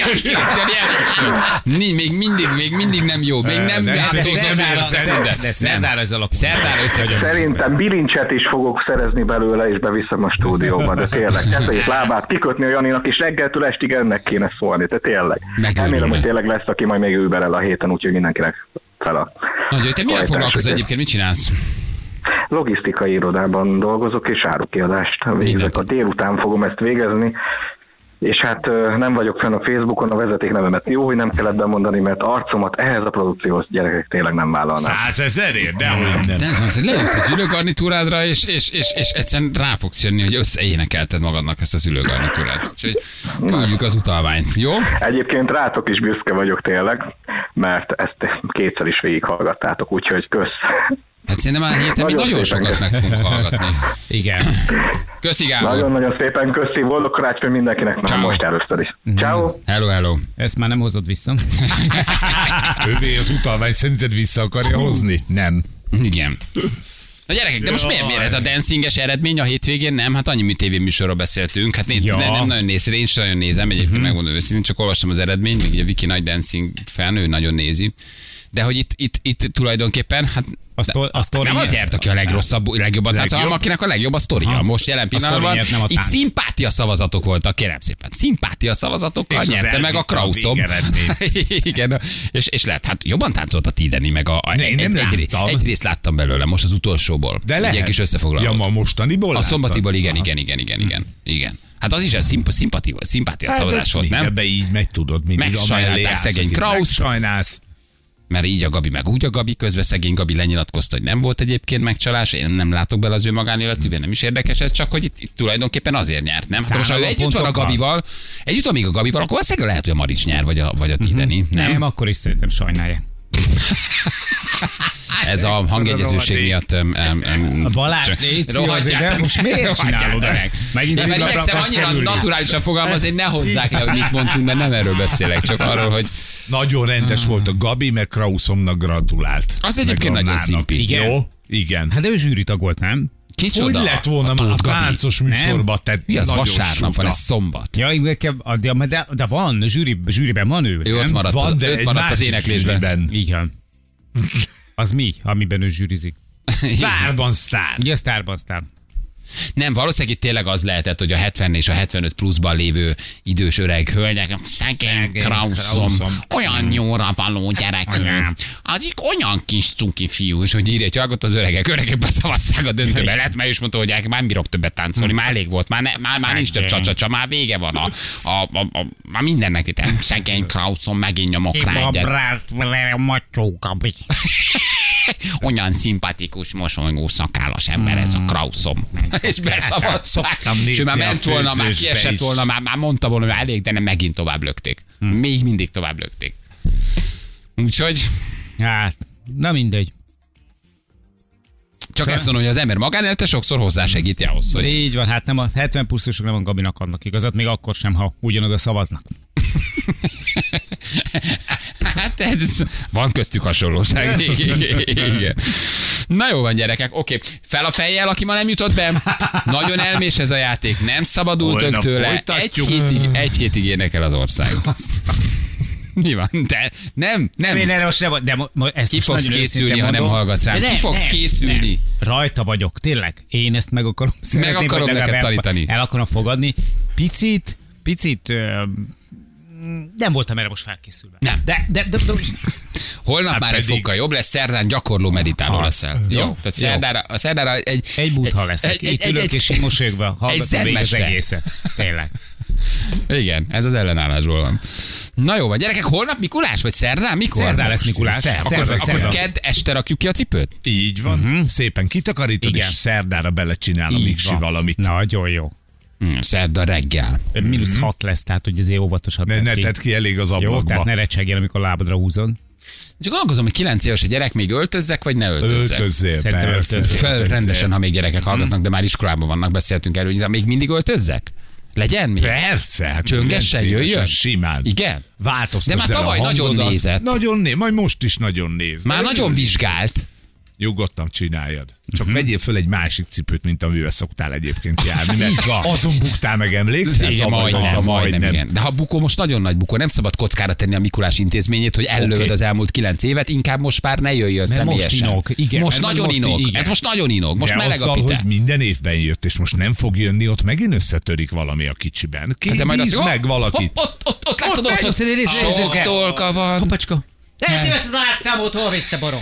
még mindig, még mindig nem jó. Még nem átozom el a szerdára. De szerdára ez alapul. Szerdára összehagyom. Szerintem bilincset is fogok szerezni belőle, és beviszem a stúdióba, de tényleg. Kezét, lábát kikötni a Janinak, és reggeltől estig ennek kéne szólni, de tényleg. Remélem, hogy tényleg lesz, aki majd még überel a héten, úgyhogy mindenkinek fel a... Nagyon, te milyen foglalkozol egyébként, mit csinálsz? Logisztikai irodában dolgozok, és árukiadást végzek. A délután fogom ezt végezni, és hát nem vagyok fenn a Facebookon, a vezeték nevemet jó, hogy nem kellett bemondani, mert arcomat ehhez a produkcióhoz gyerekek tényleg nem vállalnám. Százezerért? Dehogy nem. Nem, leülsz az ülőgarnitúrádra, és, és, és, és egyszerűen rá fogsz jönni, hogy összeénekelted magadnak ezt az ülőgarnitúrát. Úgyhogy küldjük az utalványt, jó? Egyébként rátok is büszke vagyok tényleg, mert ezt kétszer is végighallgattátok, úgyhogy kösz. Hát szerintem már héten nagyon, nagyon sokat meg fogunk hallgatni. Igen. Köszi, Gábor. Nagyon-nagyon szépen köszi, boldog karácsony mindenkinek, már Ciao. Most először is. Ciao. Hello, hello. Ezt már nem hozod vissza. Ővé az utalvány, szerinted vissza akarja hozni? Nem. Igen. Na gyerekek, de most miért, miért ez a dancinges eredmény a hétvégén? Nem, hát annyi tévéműsorról beszéltünk. Hát né- ja. nem, nem nagyon nézed, én sem nagyon nézem, egyébként uh-huh. megmondom őszintén, csak olvastam az eredményt, még ugye Viki nagy dancing fan, ő nagyon nézi. De hogy itt, itt, itt tulajdonképpen, hát a sztor, a sztori nem az nyert, aki a legrosszabb, legjobban táncolja, hanem akinek a legjobb a sztoria. Most jelen pillanatban itt szimpátia szavazatok voltak, kérem szépen. Szimpátia szavazatokkal és nyerte meg a Krauszom. Igen, és, és lehet, hát jobban táncolt a Tideni, meg a, ne, egy, egy, egy, egy részt láttam belőle, most az utolsóból. De lehet. Egy kis összefoglaló. Ja, ma mostaniból a szombatiból, igen, igen, igen, igen, igen, igen. Hát az is egy szimp- szimpatia, szimpátia hát szavazás volt, nem? Ebbe így megy, tudod, mindig megsajnálták szegény Krausz. Megsajnálsz. Mert így a Gabi, meg úgy a Gabi, közben szegény Gabi lenyilatkozta, hogy nem volt egyébként megcsalás, én nem látok bele az ő magánéletében, nem is érdekes ez, csak hogy itt, itt tulajdonképpen azért nyert, nem? Hát most, ha ő együtt van a Gabival, együtt van még a Gabival, akkor valószínűleg lehet, hogy a Marics nyer, vagy a, vagy a Tideni, uh-huh. nem? Nem, akkor is szerintem sajnálja. Ez a hangjegyezőség miatt... Um, um, a Balázs, légy szíves, de most miért csinálod ezt? Megint én már igyekszem annyira naturálisan fogalmazni, hogy ne hozzák le, hogy mit mondtunk, mert nem erről beszélek, csak arról, hogy... Nagyon rendes ah. volt a Gabi, meg Krauszomnak gratulált. Az egyébként nagyon szimpi. Igen? Jó? Igen. Hát de ő zsűritag volt, nem? Kicsoda? Hogy lett volna már a táncos műsorba? Mi az vasárnap van, ez szombat. Ja, de, de, de van, zsűri, zsűriben van ő, Ő ott maradt, van, de őt maradt az éneklésben. Igen. Az mi, amiben ő zsűrizik? Sztárban sztár. Ja, sztárban sztár. Nem, valószínűleg itt tényleg az lehetett, hogy a hetven és a hetvenöt pluszban lévő idős öreg hölgyek, szegény Krauszom, olyan jóra való gyerek, az így olyan kis cuki fiú, és hogy írja egy hallgat az öregek, öregek beszavazták a döntőbe, lehet, mert is mondta, hogy már bírok többet táncolni, már elég volt, már, ne, már, már nincs több csacsacsa, már vége van, a, a, a, a, már mindennek itt, szegény Krauszom, megint nyomok rá egyet. Olyan szimpatikus, mosolygó szakállas ember ez a Krauszom. És beszavazták. És ő már ment volna, már kiesett volna, már, már mondta volna, hogy elég, de nem, megint tovább lökték. Hmm. Még mindig tovább lökték. Úgyhogy... Hát, na mindegy. Csak ezt mondom, hogy az ember magánélete sokszor hozzásegíti ahhoz, hogy... Így van, hát nem a hetven pluszosok nem a Gabinak adnak igazat, még akkor sem, ha ugyanoda szavaznak. Hát ez, van köztük hasonlóság. Igen. Na jó van, gyerekek, oké. Fel a fejjel, aki ma nem jutott be. Nagyon elmés ez a játék, nem szabadultok tőle. Egy hétig, egy hétig érnek el az ország. Mi van? De nem, nem. Én erre most nem, de mo, mo, ezt ki fogsz készülni, ha nem hallgatsz rám? Ki fogsz nem, készülni? Nem. Rajta vagyok, tényleg. Én ezt meg akarom szeretném, meg akarom neked tanítani. El akarom fogadni. Picit, picit... Ö, nem voltam erre most felkészülve. Nem. De, de, de, de, de holnap hát már pedig... egy fokkal jobb lesz, szerdán gyakorló meditáló leszel. Jó? jó? Tehát szerdára, a szerdára egy... Egy butha leszek. Egy, Itt egy, ülök egy, és én mosolyogva hallgatom végig az egészet. Tényleg. Igen, ez az ellenállásból van. Na jó van, gyerekek, holnap Mikulás, vagy szerdán? Mikor? Szerdán lesz Mikulás. Szerda, akkor, szerda, akkor szerda. kedd este rakjuk ki a cipőt? Így van. Uh-huh. Szépen kitakarítod, igen. És szerdára belecsinál a Miksi valamit. Nagyon jó. Hmm, szerda reggel. Mínusz mm-hmm. hat lesz, tehát hogy azért óvatosan. Ne, ne tedd ki elég az ablakba. Jó, tehát ne recsegjél, amikor lábadra húzod. Csak gondolkozom, hogy kilenc éves a gyerek, még öltözzek, vagy ne öltözzek? Öltözzél, Szerintem öltözzél. Fel, rendesen, ha még gyerekek hallgatnak, de már iskolában vannak, beszéltünk erről, hogy még mindig öltözzek? Legyen mi? Persze. Hát csöngessen, jöjjön? Simán. Igen? Változtasd. De már tavaly nagyon nézett. Nagyon néz, majd most is nagyon néz. Már de nagyon vizsgált. Nyugodtan csináljad. Csak uh-huh. vegyél föl egy másik cipőt, mint amivel szoktál egyébként járni. Mert azon buktál meg, emlékszel? Igen, majdnem, majdnem, igen. De ha bukó, most nagyon nagy bukó, nem szabad kockára tenni a Mikulás intézményét, hogy ellövöd okay. az elmúlt kilenc évet, inkább most már ne jöjjön mert személyesen. Most inog. Igen, most nagyon most inog. Igen. Ez most nagyon inog. Most de meleg azzal, a pite. hogy minden évben jött, és most nem fog jönni, ott megint összetörik valami a kicsiben. Ki hát bíz meg valakit. Ott, ott, ott látod, ott sok tolka van. Kopacska. Nem ezt az átszámot, hol vészte barom?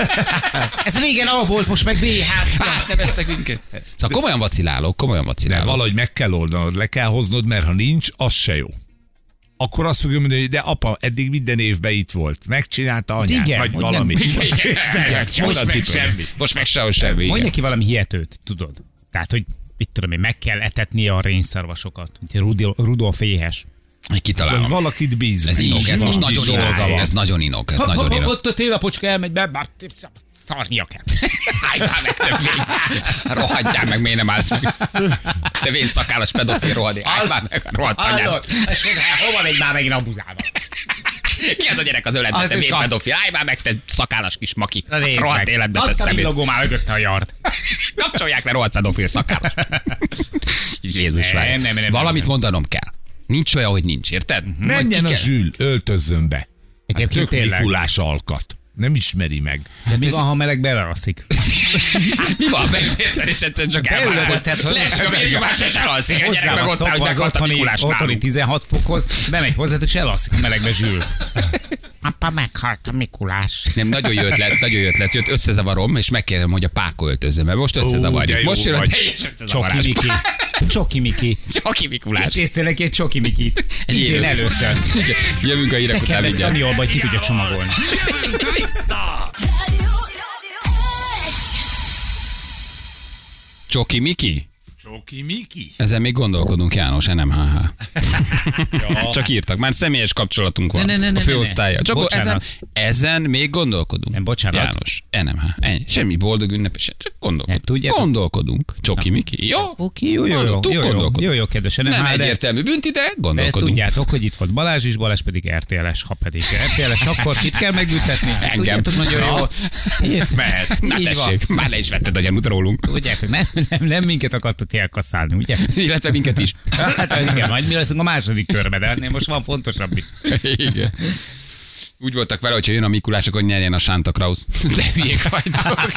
Ez régen A volt, most meg B, hát. Hát neveztek minket. Szóval komolyan vacilálok, komolyan vacilálok. De valahogy meg kell oldanod, le kell hoznod, mert ha nincs, az se jó. Akkor azt fogja mondani, hogy de apa, eddig minden évben itt volt. Megcsinálta anyát, igen, vagy valami. Igen, igen, igen. Most meg semmi. Most meg sehol semmi. Mondj neki valami hihetőt, tudod. Tehát, hogy mit tudom én, meg kell etetni a rénszarvasokat. Rudolf éhes. Kitalálom. Valakit bíz. Ez inog, ez most nagyon inog. Ez nagyon inog. Ez nagyon inog. Ott a télapocska elmegy be, bár szarnia kell. Állj már meg, te vény. Rohadjál meg, miért nem állsz meg. Te vén szakállas pedofil rohadék. Állj már meg, rohadt anyád. És hova megy már megint abuzálva? Ki az a gyerek az öletben, te vén pedofil? Állj már meg, te szakállas kis maki. Rohadt életbe te szemét. Adta logó már mögötte a jart. Kapcsolják le, rohadt pedofil szakállas. Jézus várj. Valamit mondanom kell. Nincs olyan, hogy nincs, érted? Menjen a Zsül, öltözzön be. Hát tök Mikulás alkat. Nem ismeri meg. De mi van, ha meleg beleraszik? Mi van, megérted, és egyszerűen csak elmárad. Lesz a vérnyomás, és elalszik. A gyerek meg ott áll, hogy meghalt a Mikulás nálunk. tizenhat fokhoz, bemegy hozzátok, és elalszik a melegbe Zsül. Hát Apa, meghalt a Mikulás. Nem, nagyon jó ötlet, nagyon jó ötlet, jött, összezavarom, és megkérem, hogy a Páko öltözön, mert most összezavarjuk. Most jön a teljes összezavarás. Csoki Miki. Csoki Miki. Csoki Mikulás. Tésztél neki egy Csoki Mikit. Idén először. Jövünk a hírek után mindjárt. Nekem jól, hogy ki tudja csomagolni. Jövünk vissza! Csoki Miki? Csoki Miki? Ezen még gondolkodunk, János, en em há há. Csak írtak, már személyes kapcsolatunk van. Ne, ne, ne, a főosztálya. Csak ezen, bocsánat. ezen még gondolkodunk. Nem, bocsánat. János, en em há. Ennyi. Semmi boldog ünnepesen. Csak gondolkodunk. tudjátok- Gondolkodunk. Csoki Miki. Jó? Oké, jó, jó, jó, Hallottuk, jó, jó, gondolkodunk. jó, jó, kedvesen. Nem hát, de- egyértelmű bünti, de De gondolkodunk. tudjátok, hogy itt volt Balázs is, Balázs pedig er té el-es, ha pedig er té el-es, akkor kit kell megbüntetni? Engem. Tudjátok nagyon jó. Ész mehet. Na Így van. tessék, már le is vetted a gyanút rólunk. Tudjátok, nem, nem, nem minket akartok elkasszálni, ugye? Illetve minket is. Hát igen, majd mi leszünk a második körbe, de ennél most van fontosabb. Igen. Úgy voltak vele, hogyha jön a Mikulás, akkor nyerjen a Santa Claus. De hülyék vagytok.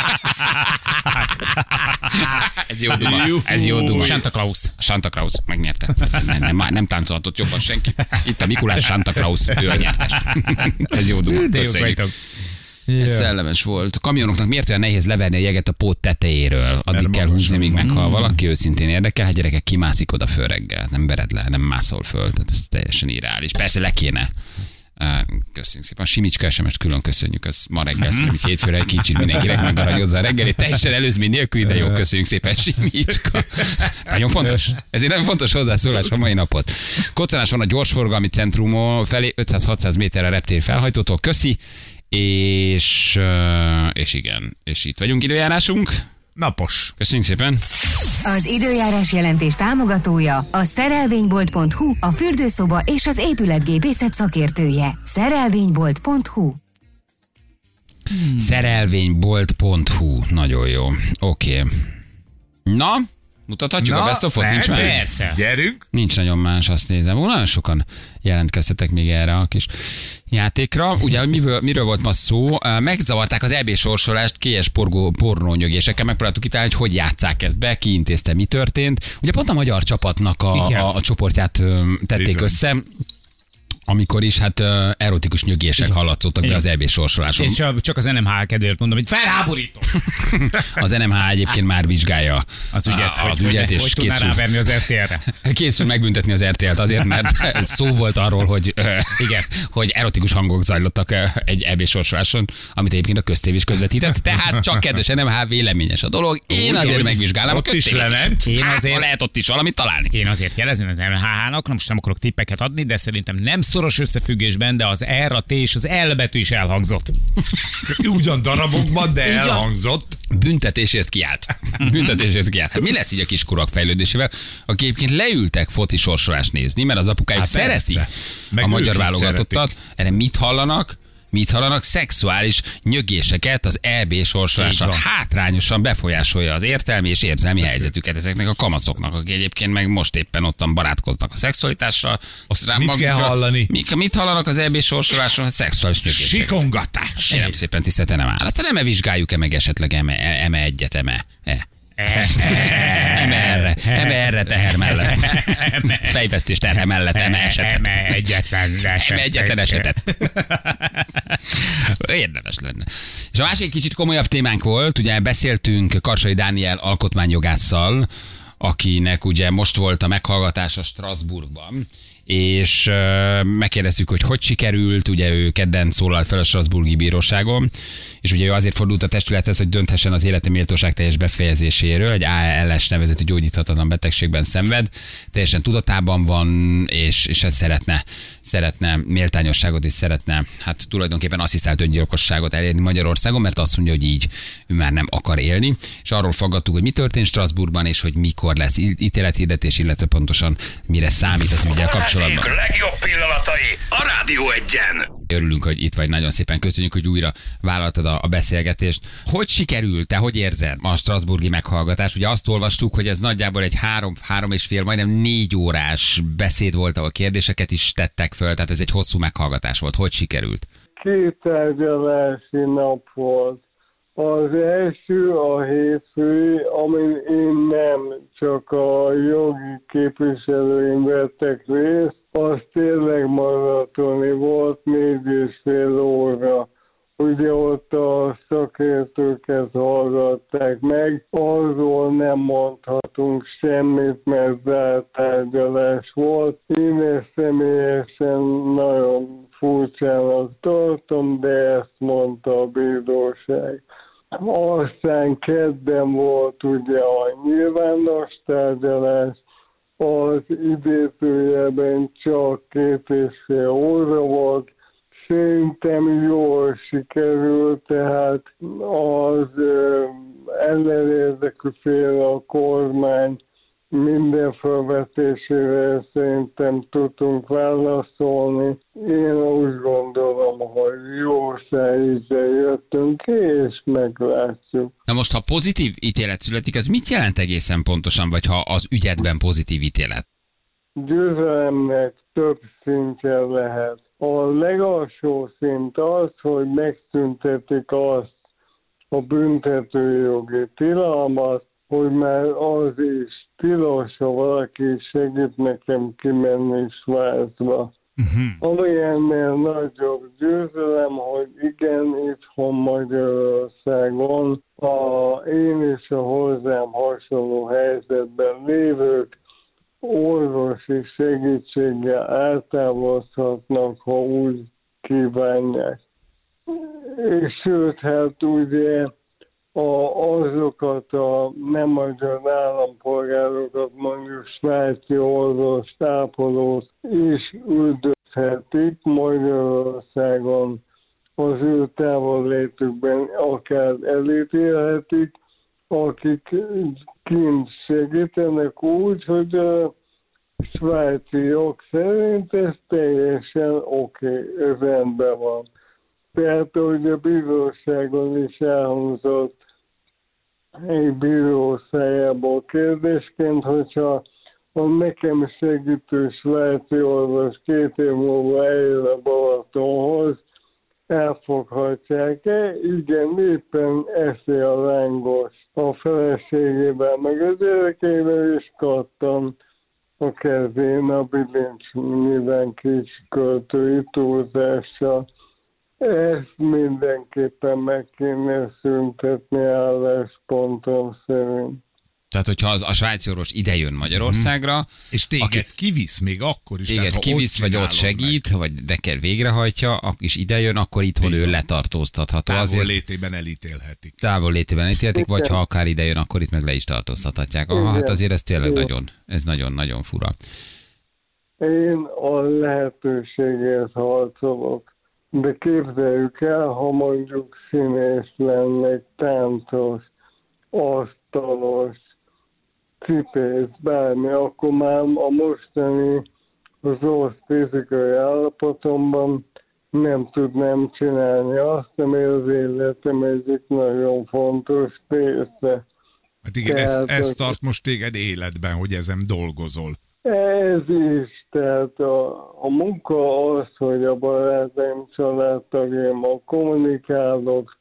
Ez jó duma. Ez jó duma. Santa Claus. A Santa Claus megnyerte. Nem, nem, nem, nem táncolhatott jobban senki. Itt a Mikulás, Santa Claus, ő a nyertes. Ez jó duma. De jó Köszönjük. vagytok. Ez szellemes volt. A kamionoknak miért olyan nehéz leverni a jeget a pót tetejéről? Addig kell húzni, míg meghal valaki, őszintén érdekel. Hát gyerekek, kimászik oda föl reggel. Nem vered le, nem mászol föl. Tehát ez teljesen irreális. Persze le kéne. Köszönjük szépen. A Simicska es em es-t külön köszönjük. Ez ma reggel szerintem, hogy hétfőre egy kicsit mindenkinek megaranyozza a reggelit. Teljesen előzmény nélkül, de jó, köszönjük szépen, Simicska. Nagyon fontos. Ez egy nagyon fontos hozzászólás a mai napot. Koccanás van a gyorsforgalmi centrum felé, ötszáz-hatszáz méterre reptér felhajtótól. Köszi. És, és igen, és itt vagyunk, időjárásunk. Napos. Köszönjük szépen. Az időjárás jelentés támogatója a szerelvénybolt pont hu, a fürdőszoba és az épületgépészet szakértője. szerelvénybolt pont hu. Hmm. szerelvénybolt pont hu. Nagyon jó. Oké. Okay. Na, mutathatjuk Na, a best of-ot? Nincs más? Persze. Gyerünk. Nincs nagyon más, azt nézem. Ó, nagyon sokan jelentkeztetek még erre a kis játékra. Ugye, hogy miről, miről volt ma szó? Megzavarták az é bé sorsolást kélyes pornónyögésekkel, megpróbáltuk kitalálni, hogy hogy játsszák ezt be, ki intézte, mi történt. Ugye pont a magyar csapatnak a, a, a csoportját tették Igen. össze, amikor is hát uh, erotikus nyögések hallatszottak be az é bé sorsoláson. És csak az en em há kedvéért mondom, hogy felháborító. Az en em há egyébként már vizsgálja Az ügyet, a, hogy, az ügyet, hogy, és hogy tudná készül, ráverni az er té el-re. készül megbüntetni az er té el-t azért, mert szó volt arról, hogy, Igen. hogy erotikus hangok zajlottak egy é bé sorsoláson, amit egyébként a köztév is közvetített. Tehát csak kedves en em há véleményes a dolog. Én Úgy, azért hogy megvizsgálom a ott is köztévet lement. is. Én Hát, azért- ha lehet ott is valamit találni. Én azért jelezni az en em há-nak, most nem akarok tippeket adni, de szerintem nem szoros összefüggésben, de az R, a T és az L betű is elhangzott. Ugyan darabokban, de elhangzott. Büntetésért kiállt. Büntetésért kiállt. Hát mi lesz így a kiskorúak fejlődésével, akik egyébként leültek foci sorsolást nézni, mert az apukájuk Hát szereti persze. Meg a ők magyar is válogatottat. szeretik. Erre mit hallanak? Mit hallanak? Szexuális nyögéseket az é bé sorsolással Így van. hátrányosan befolyásolja az értelmi és érzelmi helyzetüket ezeknek a kamaszoknak, akik egyébként meg most éppen ottan barátkoznak a szexualitással. Azt Rá mit magukra- kell hallani? Mit, mit hallanak az é bé sorsoláson? Hát szexuális nyögések. Sikongatás. Kérem szépen, tisztelten nem áll. Aztán eme vizsgáljuk-e meg esetleg eme, eme egyet, eme. E. Eme erre, eme erre teher mellett. Fejvesztés terhe mellett, eme esetet. Eme egyetlen eset. Eme egyetlen esetet. Érdemes lenne. És a másik kicsit komolyabb témánk volt, ugye beszéltünk Karsai Dániel alkotmányjogásszal, akinek ugye most volt a meghallgatása Strasbourgban, és uh, megkérdeztük, hogy hogy sikerült, ugye ő kedden szólalt fel a Strasbourgi Bíróságon, és ugye ő azért fordult a testülethez, hogy dönthessen az életi méltóság teljes befejezéséről, egy á el es nevezetű gyógyíthatatlan betegségben szenved, teljesen tudatában van, és, és hát szeretne, szeretne méltányosságot, és szeretne hát tulajdonképpen asszisztált öngyilkosságot elérni Magyarországon, mert azt mondja, hogy így ő már nem akar élni, és arról faggattuk, hogy mi történt Strasbourgban, és hogy mikor lesz ítélethirdetés, illetve pontosan mire számít az ügyel kapcsolatban. Balázsék legjobb pillanatai a Rádió Egyen. Örülünk, hogy itt vagy, nagyon szépen köszönjük, hogy újra vállaltad a, a beszélgetést. Hogy sikerült, te hogy érzed a strasbourgi meghallgatás? Ugye azt olvastuk, hogy ez nagyjából egy három, három és fél, majdnem négy órás beszéd volt, ahol kérdéseket is tettek föl, tehát ez egy hosszú meghallgatás volt. Hogy sikerült? Két tárgyalási nap volt. Az első a hétfői, amin én nem, csak a jogi képviselőim vettek részt, az tényleg maratoni volt, négy és fél óra. ezt személyesen nagyon furcsának tartom, de ezt mondta a bíróság. Aztán kedden volt ugye a nyilvános tárgyalás, az idézőjelben csak két és fél óra volt. Szerintem jól sikerült, tehát az ellenérdekű fél a kormány minden felvetésére szerintem tudtunk válaszolni. Én úgy gondolom, hogy jó szájízzel jöttünk ki, és meglátjuk. Na most, ha pozitív ítélet születik, az mit jelent egészen pontosan, vagy ha az ügyedben pozitív ítélet? Győzelemnek több szintje lehet. A legalsó szint az, hogy megszüntetik azt a büntetőjogi tilalmat, hogy már az is tilos, ha valaki segít nekem kimenni Svájcba. Uh-huh. Ami ennél nagyobb győzelem, hogy igen, itthon Magyarországon a, én és a hozzám hasonló helyzetben lévők orvosi segítséggel eltávozhatnak, ha úgy kívánják. És sőt, hát ugye a, azokat a nem magyar állampolgárokat, mondjuk svájci orvos, tápolót is üldözhetik Magyarországon, az ő távollétükben akár elítélhetik, akik kint segítenek úgy, hogy a svájci jog szerint ez teljesen oké, okay, rendben van. Tehát, hogy a bíróságon is elhangzott egy bíró szájából kérdésként, hogyha a nekem segítő svájci orvos két év múlva eljön a Balatonhoz, elfoghatják-e? Igen, éppen eszi a lángos a feleségével, meg a gyerekeivel is kattan a kezén a bilincs, nyilván kis költői túlzással. Ezt mindenképpen meg kéne szüntetni álláspontom szerint. Tehát, hogyha az, a svájci orvos idejön Magyarországra... Hmm. És téged aki, kivisz még akkor is. Téged tehát, kivisz, ott vagy ott segít, meg. Vagy neked végrehajtja, és idejön, akkor itthon igen. Ő letartóztatható. Távol létében elítélhetik. Távol létében elítélhetik, vagy ha akár idejön, akkor itt meg le is tartóztathatják. Aha, hát azért ez tényleg igen. nagyon, ez nagyon-nagyon fura. Én a lehetőségért harcolok. De képzeljük el, ha mondjuk színész lennék, táncos, asztalos, cipész, bármi, akkor már a mostani rossz fizikai állapotomban nem tudnám csinálni azt, ami az életem egyik nagyon fontos része. Hát igen, ez, ez tart most téged életben, hogy ezen dolgozol. Ez is, tehát a, a munka az, hogy a barátaim, családtagjaimmal kommunikálok,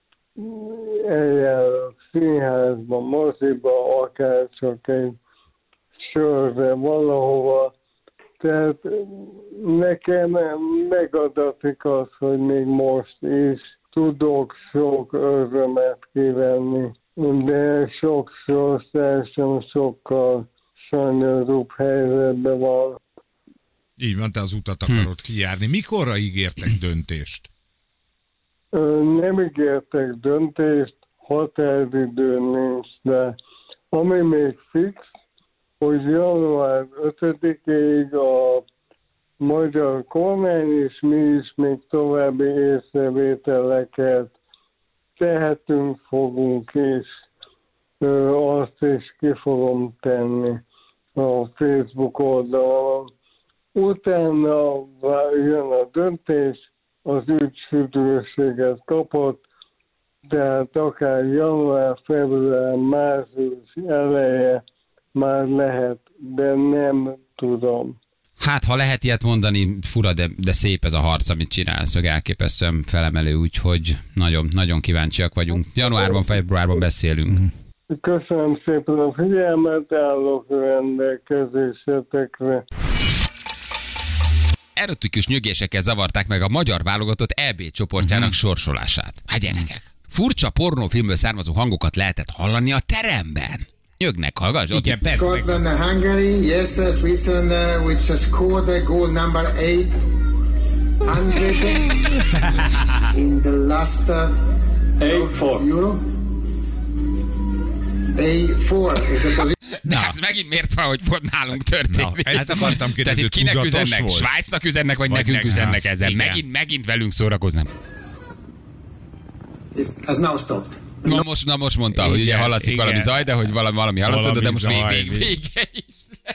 eljárok színházba, moziba, akár csak egy sörre valahova. Tehát nekem megadatik az, hogy még most is tudok sok örömet kívánni, de sokszor szerzem sokkal sajnálóbb helyzetben van. Így van, te az utat akarod kijárni. Mikorra ígértek döntést? Nem ígértek döntést, határidő nincs, de ami még fix, hogy január ötödikéig a magyar kormány és mi is még további észrevételeket tehetünk, fogunk is. Azt is ki fogom tenni a Facebook oldalon. Utána jön a döntés, az ügy sürgősséget kapott, tehát akár január, február, március eleje már lehet, de nem tudom. Hát, ha lehet ilyet mondani, fura, de, de szép ez a harc, amit csinálsz, meg elképesztően felemelő, úgyhogy nagyon, nagyon kíváncsiak vagyunk. Januárban, februárban beszélünk. Köszönöm szépen a figyelmet, állok rendelkezésetekre. Erotikus nyögésekkel zavarták meg a magyar válogatott é bé csoportjának uh-huh. sorsolását. Hát gyerekek, furcsa pornófilmből származó hangokat lehetett hallani a teremben. Nyögnek, hallgass. Igen, persze. Scotland and Hungary, yes, uh, Switzerland, uh, which has scored the goal number eight hundred in the last uh, eight four Euro. A four is a position. De ez megint miért van, hogy pont nálunk történik? Na, ezt akartam kérdezni, Tehát itt kinek tudatos üzennek? volt? Svájcnak üzennek, vagy, Vagy nekünk nekünk. üzennek ezzel? Igen. Megint, megint velünk szórakoznak. Is, has now stopped. Na most, na most mondta, hogy ugye Igen, hallatszik igen. valami zaj, de hogy valami, valami hallatszott, de Valami most vég, zaj, vég, vég. vége is.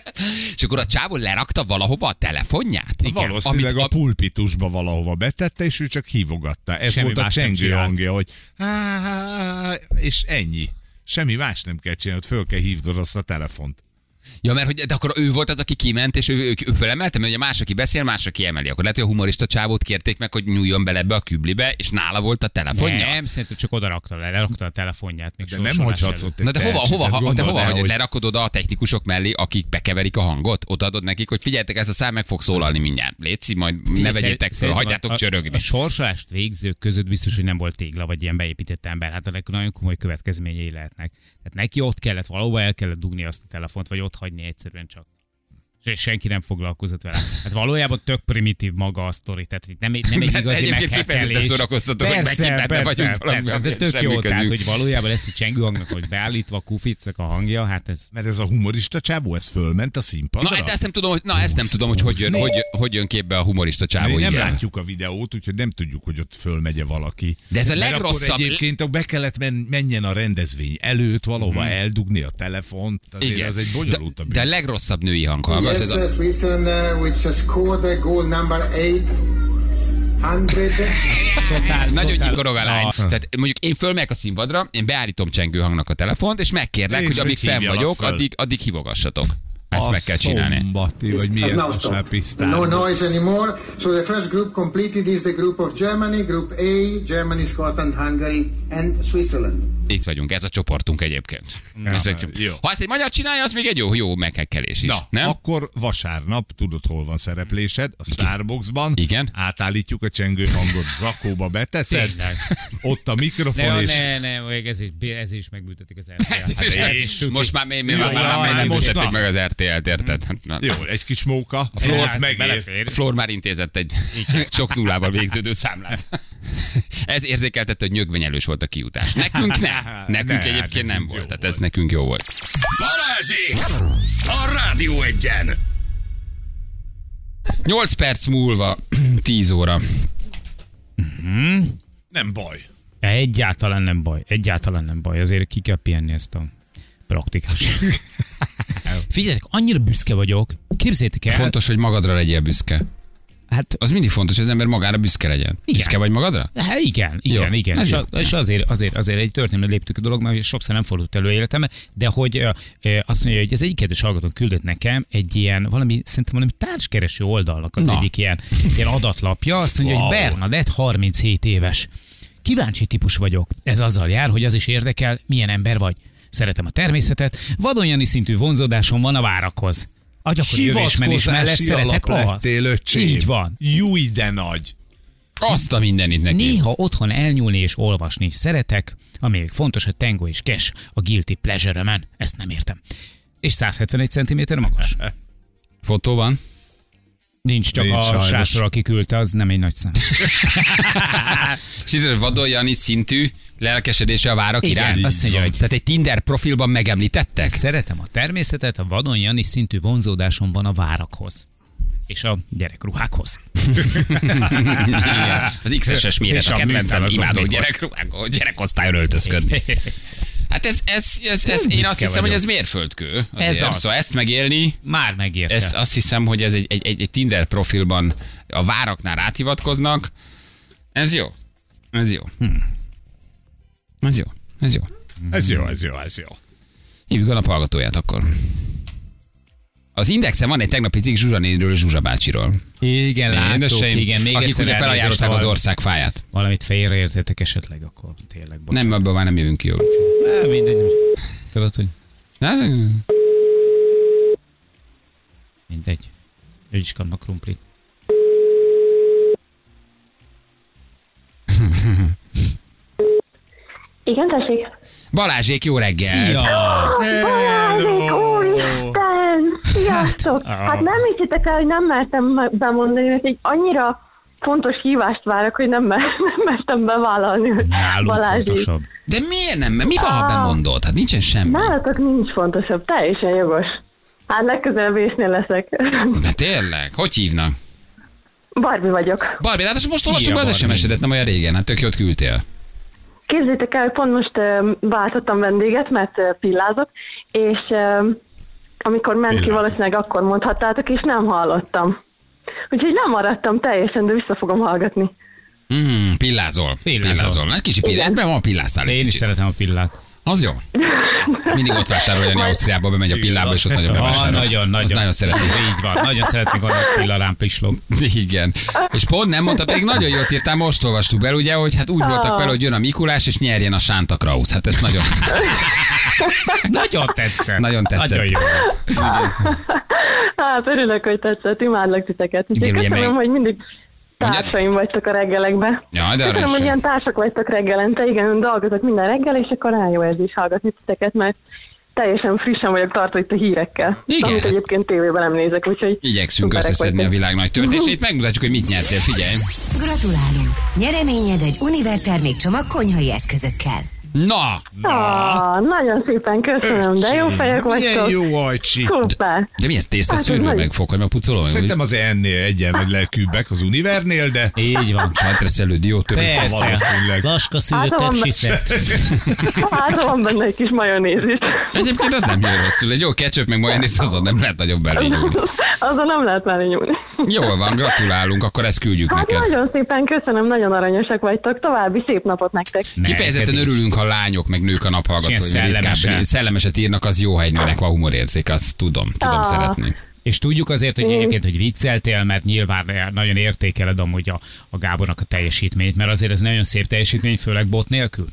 És akkor a csávó lerakta valahova a telefonját? Valószínűleg Amit a pulpitusba valahova betette, és ő csak hívogatta. Ez Semmi volt a más nem csengő csinált. hangja, hogy há, há, és ennyi. Semmi más nem kell csinálni, föl kell hívnod azt a telefont. Ja, mert hogy, de akkor ő volt az, aki kiment, és ő, ő, ő fölemelte, mert ugye más, aki beszél, más, aki emeli. Akkor lehet, hogy a humorista csávót kérték meg, hogy nyúljon bele ebbe a küblibe, és nála volt a telefonja. Nem, szerintem csak oda rakta le, lerakta a telefonját. Még De nem sorsolás hagyhatsz előtt. ott egy Na de hova, tehetséget, hova, ha, de gondold hova el, hogy hogy lerakod oda a technikusok mellé, akik bekeverik a hangot? Ott adod nekik, hogy figyeljetek, ez a szám meg fog szólalni mindjárt. Léci, majd ne Figyelj, vegyétek föl, szerintem hagyjátok a, csörögni. A, a sorsolást végzők között biztos, hogy nem volt tégla, vagy ilyen beépített ember. Hát ennek nagyon komoly következményei lehetnek. Tehát neki ott kellett, valahova el kellett dugni azt a telefont, vagy ott hagyni egyszerűen csak. És senki nem foglalkozott vele. Hát valójában tök primitív maga a sztori, tehát itt nem, nem egy De igazi egyébként kifejezetten meghekkelés. szórakoztató, hogy megint benne vagyunk valamiben, de tök semmi jó, tehát közünk. hogy valójában lesz egy csengőhangnak, hogy beállítva kuficnak a hangja, hát ez... mert ez a humorista csávó, ez fölment a színpadra? Na, hát ezt nem tudom, hogy, na, ezt nem tudom, hogy hogy jön, hogy, hogy jön képbe a humorista csávó. Mi nem igen. látjuk a videót, úgyhogy nem tudjuk, hogy ott fölmegye valaki. De ez a Mert legrosszabb- Akkor egyébként be kellett men- menjen a rendezvény előtt valahova eldugni a telefont. Azért Igen. az egy De, bonyolultabb. de a legrosszabb női hang, hallgass, Yes, ez uh, a... Switzerland, uh, which has scored the goal number eight hundred. Totál, Nagyon totál- nyikorog a lány. Ah. Tehát mondjuk én fölmegyek a színpadra, én beállítom csengőhangnak a telefont, és megkérlek, És hogy hogy amíg fenn hívjalak vagyok, föl. addig, addig hívogassatok. Ezt a meg kell csinálni. Szombati, vagy mi Has ez now a stopped. sápisztán. No noise anymore. So the first group completed is the group of Germany, Group A, Germany, Scotland, Hungary and Switzerland. Itt vagyunk, ez a csoportunk egyébként. Ja, Ez egy, jó. ha ezt egy magyar csinálja, az még egy jó, jó meghekkelés is. Na, nem? akkor vasárnap, tudod, hol van szereplésed? A Starbucksban. Igen. Átállítjuk a csengő hangot, zakóba beteszed. Tényleg. Ott a mikrofon, Ne, és... ne, ne, még ez is, ez is megbüntetik az er té el. Ez, Hát ez is is, tuti. most már, mi, mi, Jó, már, már, már nem most büntetik na. meg az er té el-t, érted? Hát, na, Jó, egy kis móka. A flort Ez megér. belefér. A Flor már intézett egy sok nullával végződő számlát. Ez érzékeltette, hogy nyögvenyelős volt a kijutás. Nekünk nem. Nekünk Ne, egyébként nem nekünk volt. jó Tehát volt. ez nekünk jó volt. Balázsék! A Rádió Egyen! nyolc perc múlva, tíz óra. Nem baj. Egyáltalán nem baj, egyáltalán nem baj. Azért ki kell pihenni ezt a praktikás. Figyeljetek, annyira büszke vagyok. Képzeljétek el. Fontos, hogy magadra legyél büszke. Hát, Az mindig fontos, hogy az ember magára büszke legyen. Igen. Büszke vagy magadra? hát igen, igen, Jó, igen. ez És, jó. a, és azért, azért, azért egy történelmi léptük a dolog, mert sokszor nem fordult elő életembe, de hogy ö, ö, azt mondja, hogy az egyik kedves hallgató küldött nekem egy ilyen, valami, szerintem valami társkereső oldalnak az Na. egyik ilyen, ilyen adatlapja, azt mondja, Wow. hogy Bernadett harminchét éves. Kíváncsi típus vagyok. Ez azzal jár, hogy az is érdekel, milyen ember vagy. Szeretem a természetet, vadonjani szintű vonzódásom van a várakhoz. A gyakori jövésmenés mellett Hivatkozási szeretek alap az. lettél, öcsém. Így van. Júj, de nagy. Azt a mindenit neki. Néha otthon elnyúlni és olvasni is szeretek, ami még fontos, hogy Tango és Cash a guilty pleasure-ömen. Ezt nem értem. És száz hetvenegy centiméter magas. Fotó van? Nincs, csak Nincs a sajnos. srácról, aki küldte, az nem egy nagy szám. És itt Vadon Jani szintű lelkesedése a várak Igen, iránt. azt mondja, hogy Tehát egy Tinder profilban megemlítettek? szeretem a természetet, a vadon Jani szintű vonzódásom van a várakhoz. És a gyerekruhákhoz. Igen. Az iksz es es méret, És a a kedvencem, műszálazok imádó mikor. gyerekruhákon, gyerekosztályon öltözködni. Hát ez, ez, ez, ez én azt hiszem, vagyok. hogy ez mérföldkő. Azért. Ez az. Szóval ezt megélni, Már megérte. ez azt hiszem, hogy ez egy, egy, egy, egy Tinder profilban a váraknál áthivatkoznak. Ez jó. Ez jó. Hm. Ez jó. Ez jó. Ez jó, ez jó, ez jó. Hívjuk a naphallgatóját akkor. Az Indexen van egy tegnapi cikk Zsuzsa néniről és Zsuzsa bácsiról. Igen, látok, Édeseim, igen. Még akik egyszer ugye felajánlották az elnézést, ország fáját. Valamit félreértetek esetleg, akkor tényleg bocsánat. Nem, abban már nem jövünk ki jól. Nem, mindegy. Nem. Tudod, hogy Na, ez- mindegy. Ő is kapnak krumplit. Igen, tessék? Balázsék, jó reggel! Szia! Balázsék, úristen! Sziasztok! Hát nem hiszitek el, hogy nem mertem bemondani, mert egy annyira fontos hívást várok, hogy nem, mer- nem mertem bevállalni, hogy Balázsék. De miért nem? Mi van, ha bemondod? Hát nincsen semmi. Nálatok nincs fontosabb, teljesen jogos. Hát legközelebb észnél leszek. De tényleg? Hogy hívnak? Barbie vagyok. Barbie, hát most olvastuk be az es em es-edet, nem olyan régen, hát tök jót küldtél. Képzétek el, hogy pont most uh, váltottam vendéget, mert uh, pillázok, és uh, amikor ment ki, valószínűleg akkor mondhattátok, és nem hallottam. Úgyhogy nem maradtam teljesen, de vissza fogom hallgatni. Mm, pillázol. Pillázol. Pillázol. Egy kicsit pillázol. Ebben van pilláztál. Én is szeretem a pillát. Az jó. Mindig ott vásárolni Ausztriába, bemegy a pillába, és ott nagyon bevásárol. Ah, nagyon, nagyon. Nagyon szeretik. Így van, nagyon szeretnék annak pillarámpislók. Igen. És pont nem mondta, pedig nagyon jót írtál, most olvastuk be, ugye, hogy hát úgy voltak vele, hogy jön a Mikulás, és nyerjen a Santa Claus. Hát ez nagyon... Nagyon tetszett. Nagyon tetszett. Nagyon jó. Hát örülök, hogy tetszett, imádlak titeket. Igen, Úgyhogy köszönöm, meg... hogy mindig társaim vagytok a reggelekbe. Ja, de köszönöm, hogy ilyen társak vagytok reggelente, igen, dolgozok minden reggel, és akkor nagyon jó érzés hallgatni titeket, mert teljesen frissen vagyok tartva itt a hírekkel. Igen. Amit egyébként tévében nem nézek, úgyhogy igyekszünk összeszedni vagytok a világ nagy történését, megmutatjuk, hogy mit nyertél, figyelj. Gratulálunk! Nyereményed egy Univer termékcsomag konyhai eszközökkel. Na! Ah, nagyon szépen köszönöm, de jó fejek vagytok. Milyen jó ajcsi. Szuper. De mi ez, tészta Hát, szűrő, ez meg fog, hogy meg pucoló? Szerintem az ennél egyen vagy lelkűbbek az Univernél, de... Így van. Sajtreszelő, diótörő. Persze. Valószínűleg. Laska szűrő, Hát, több van- siszet. Hát van benne egy kis majonéz is. Egyébként az nem jön rosszul. Egy jó ketchup, meg majonéz, azon nem lehet nagyobb belé nyúlni. Azon nem lehet már nyúlni. Jól van, gratulálunk, akkor ezt küldjük Hát neked. nagyon szépen köszönöm, nagyon aranyosak vagytok. További szép napot nektek. Kifejezetten örülünk, ha lányok meg nők a naphallgatói, És ilyen mert ritkábban szellemesen. szellemeset írnak, az jó, ha egy nőnek van humorérzék, azt tudom, tudom Ah. szeretni. És tudjuk azért, hogy Mm. egyébként, hogy vicceltél, mert nyilván nagyon értékeled amúgy a, a Gábornak a teljesítményt, mert azért ez nagyon szép teljesítmény, főleg bot nélkül.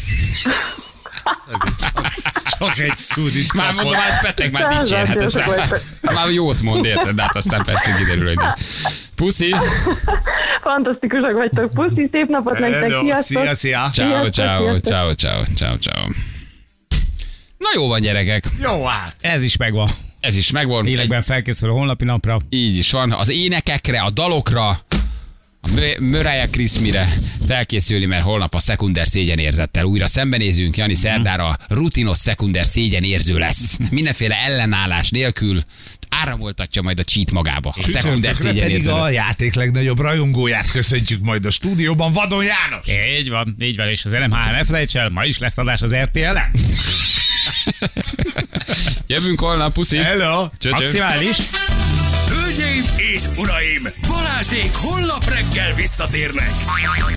Csak egy szudit Már mondom, már ez beteg, már dicsérhet. Ez már, már jót mond, érted? De hát aztán persze kiderül, hogy nem. Puszi! Fantasztikusak vagytok. Puszi, szép napot nektek. Hello, Sziasztok. szia, szia. Ciao, Sziasztok, ciao, sziasztok. ciao, ciao, ciao, ciao. Na jó van, gyerekek. Jó hát. Ez is megvan. Ez is megvan. Lélekben felkészül a holnapi napra. Így is van. Az énekekre, a dalokra, a Mariah Christmire felkészülni, mert holnap a szekunder szégyenérzettel újra szembenézünk. Jani szerdára rutinos szekunder szégyenérző lesz. Mindenféle ellenállás nélkül áramoltatja majd a cheat magába. A szekunder Csütörtökre pedig szégyenérző. a játék legnagyobb rajongóját köszöntjük majd a stúdióban, Vadon János. Így van, így van, és az el em há ne felejts el, ma is lesz adás az er té el-en. Jövünk holnap, puszi. Hello. Cső, cső. Maximális. Hölgyeim és uraim, Balázsék holnap reggel visszatérnek.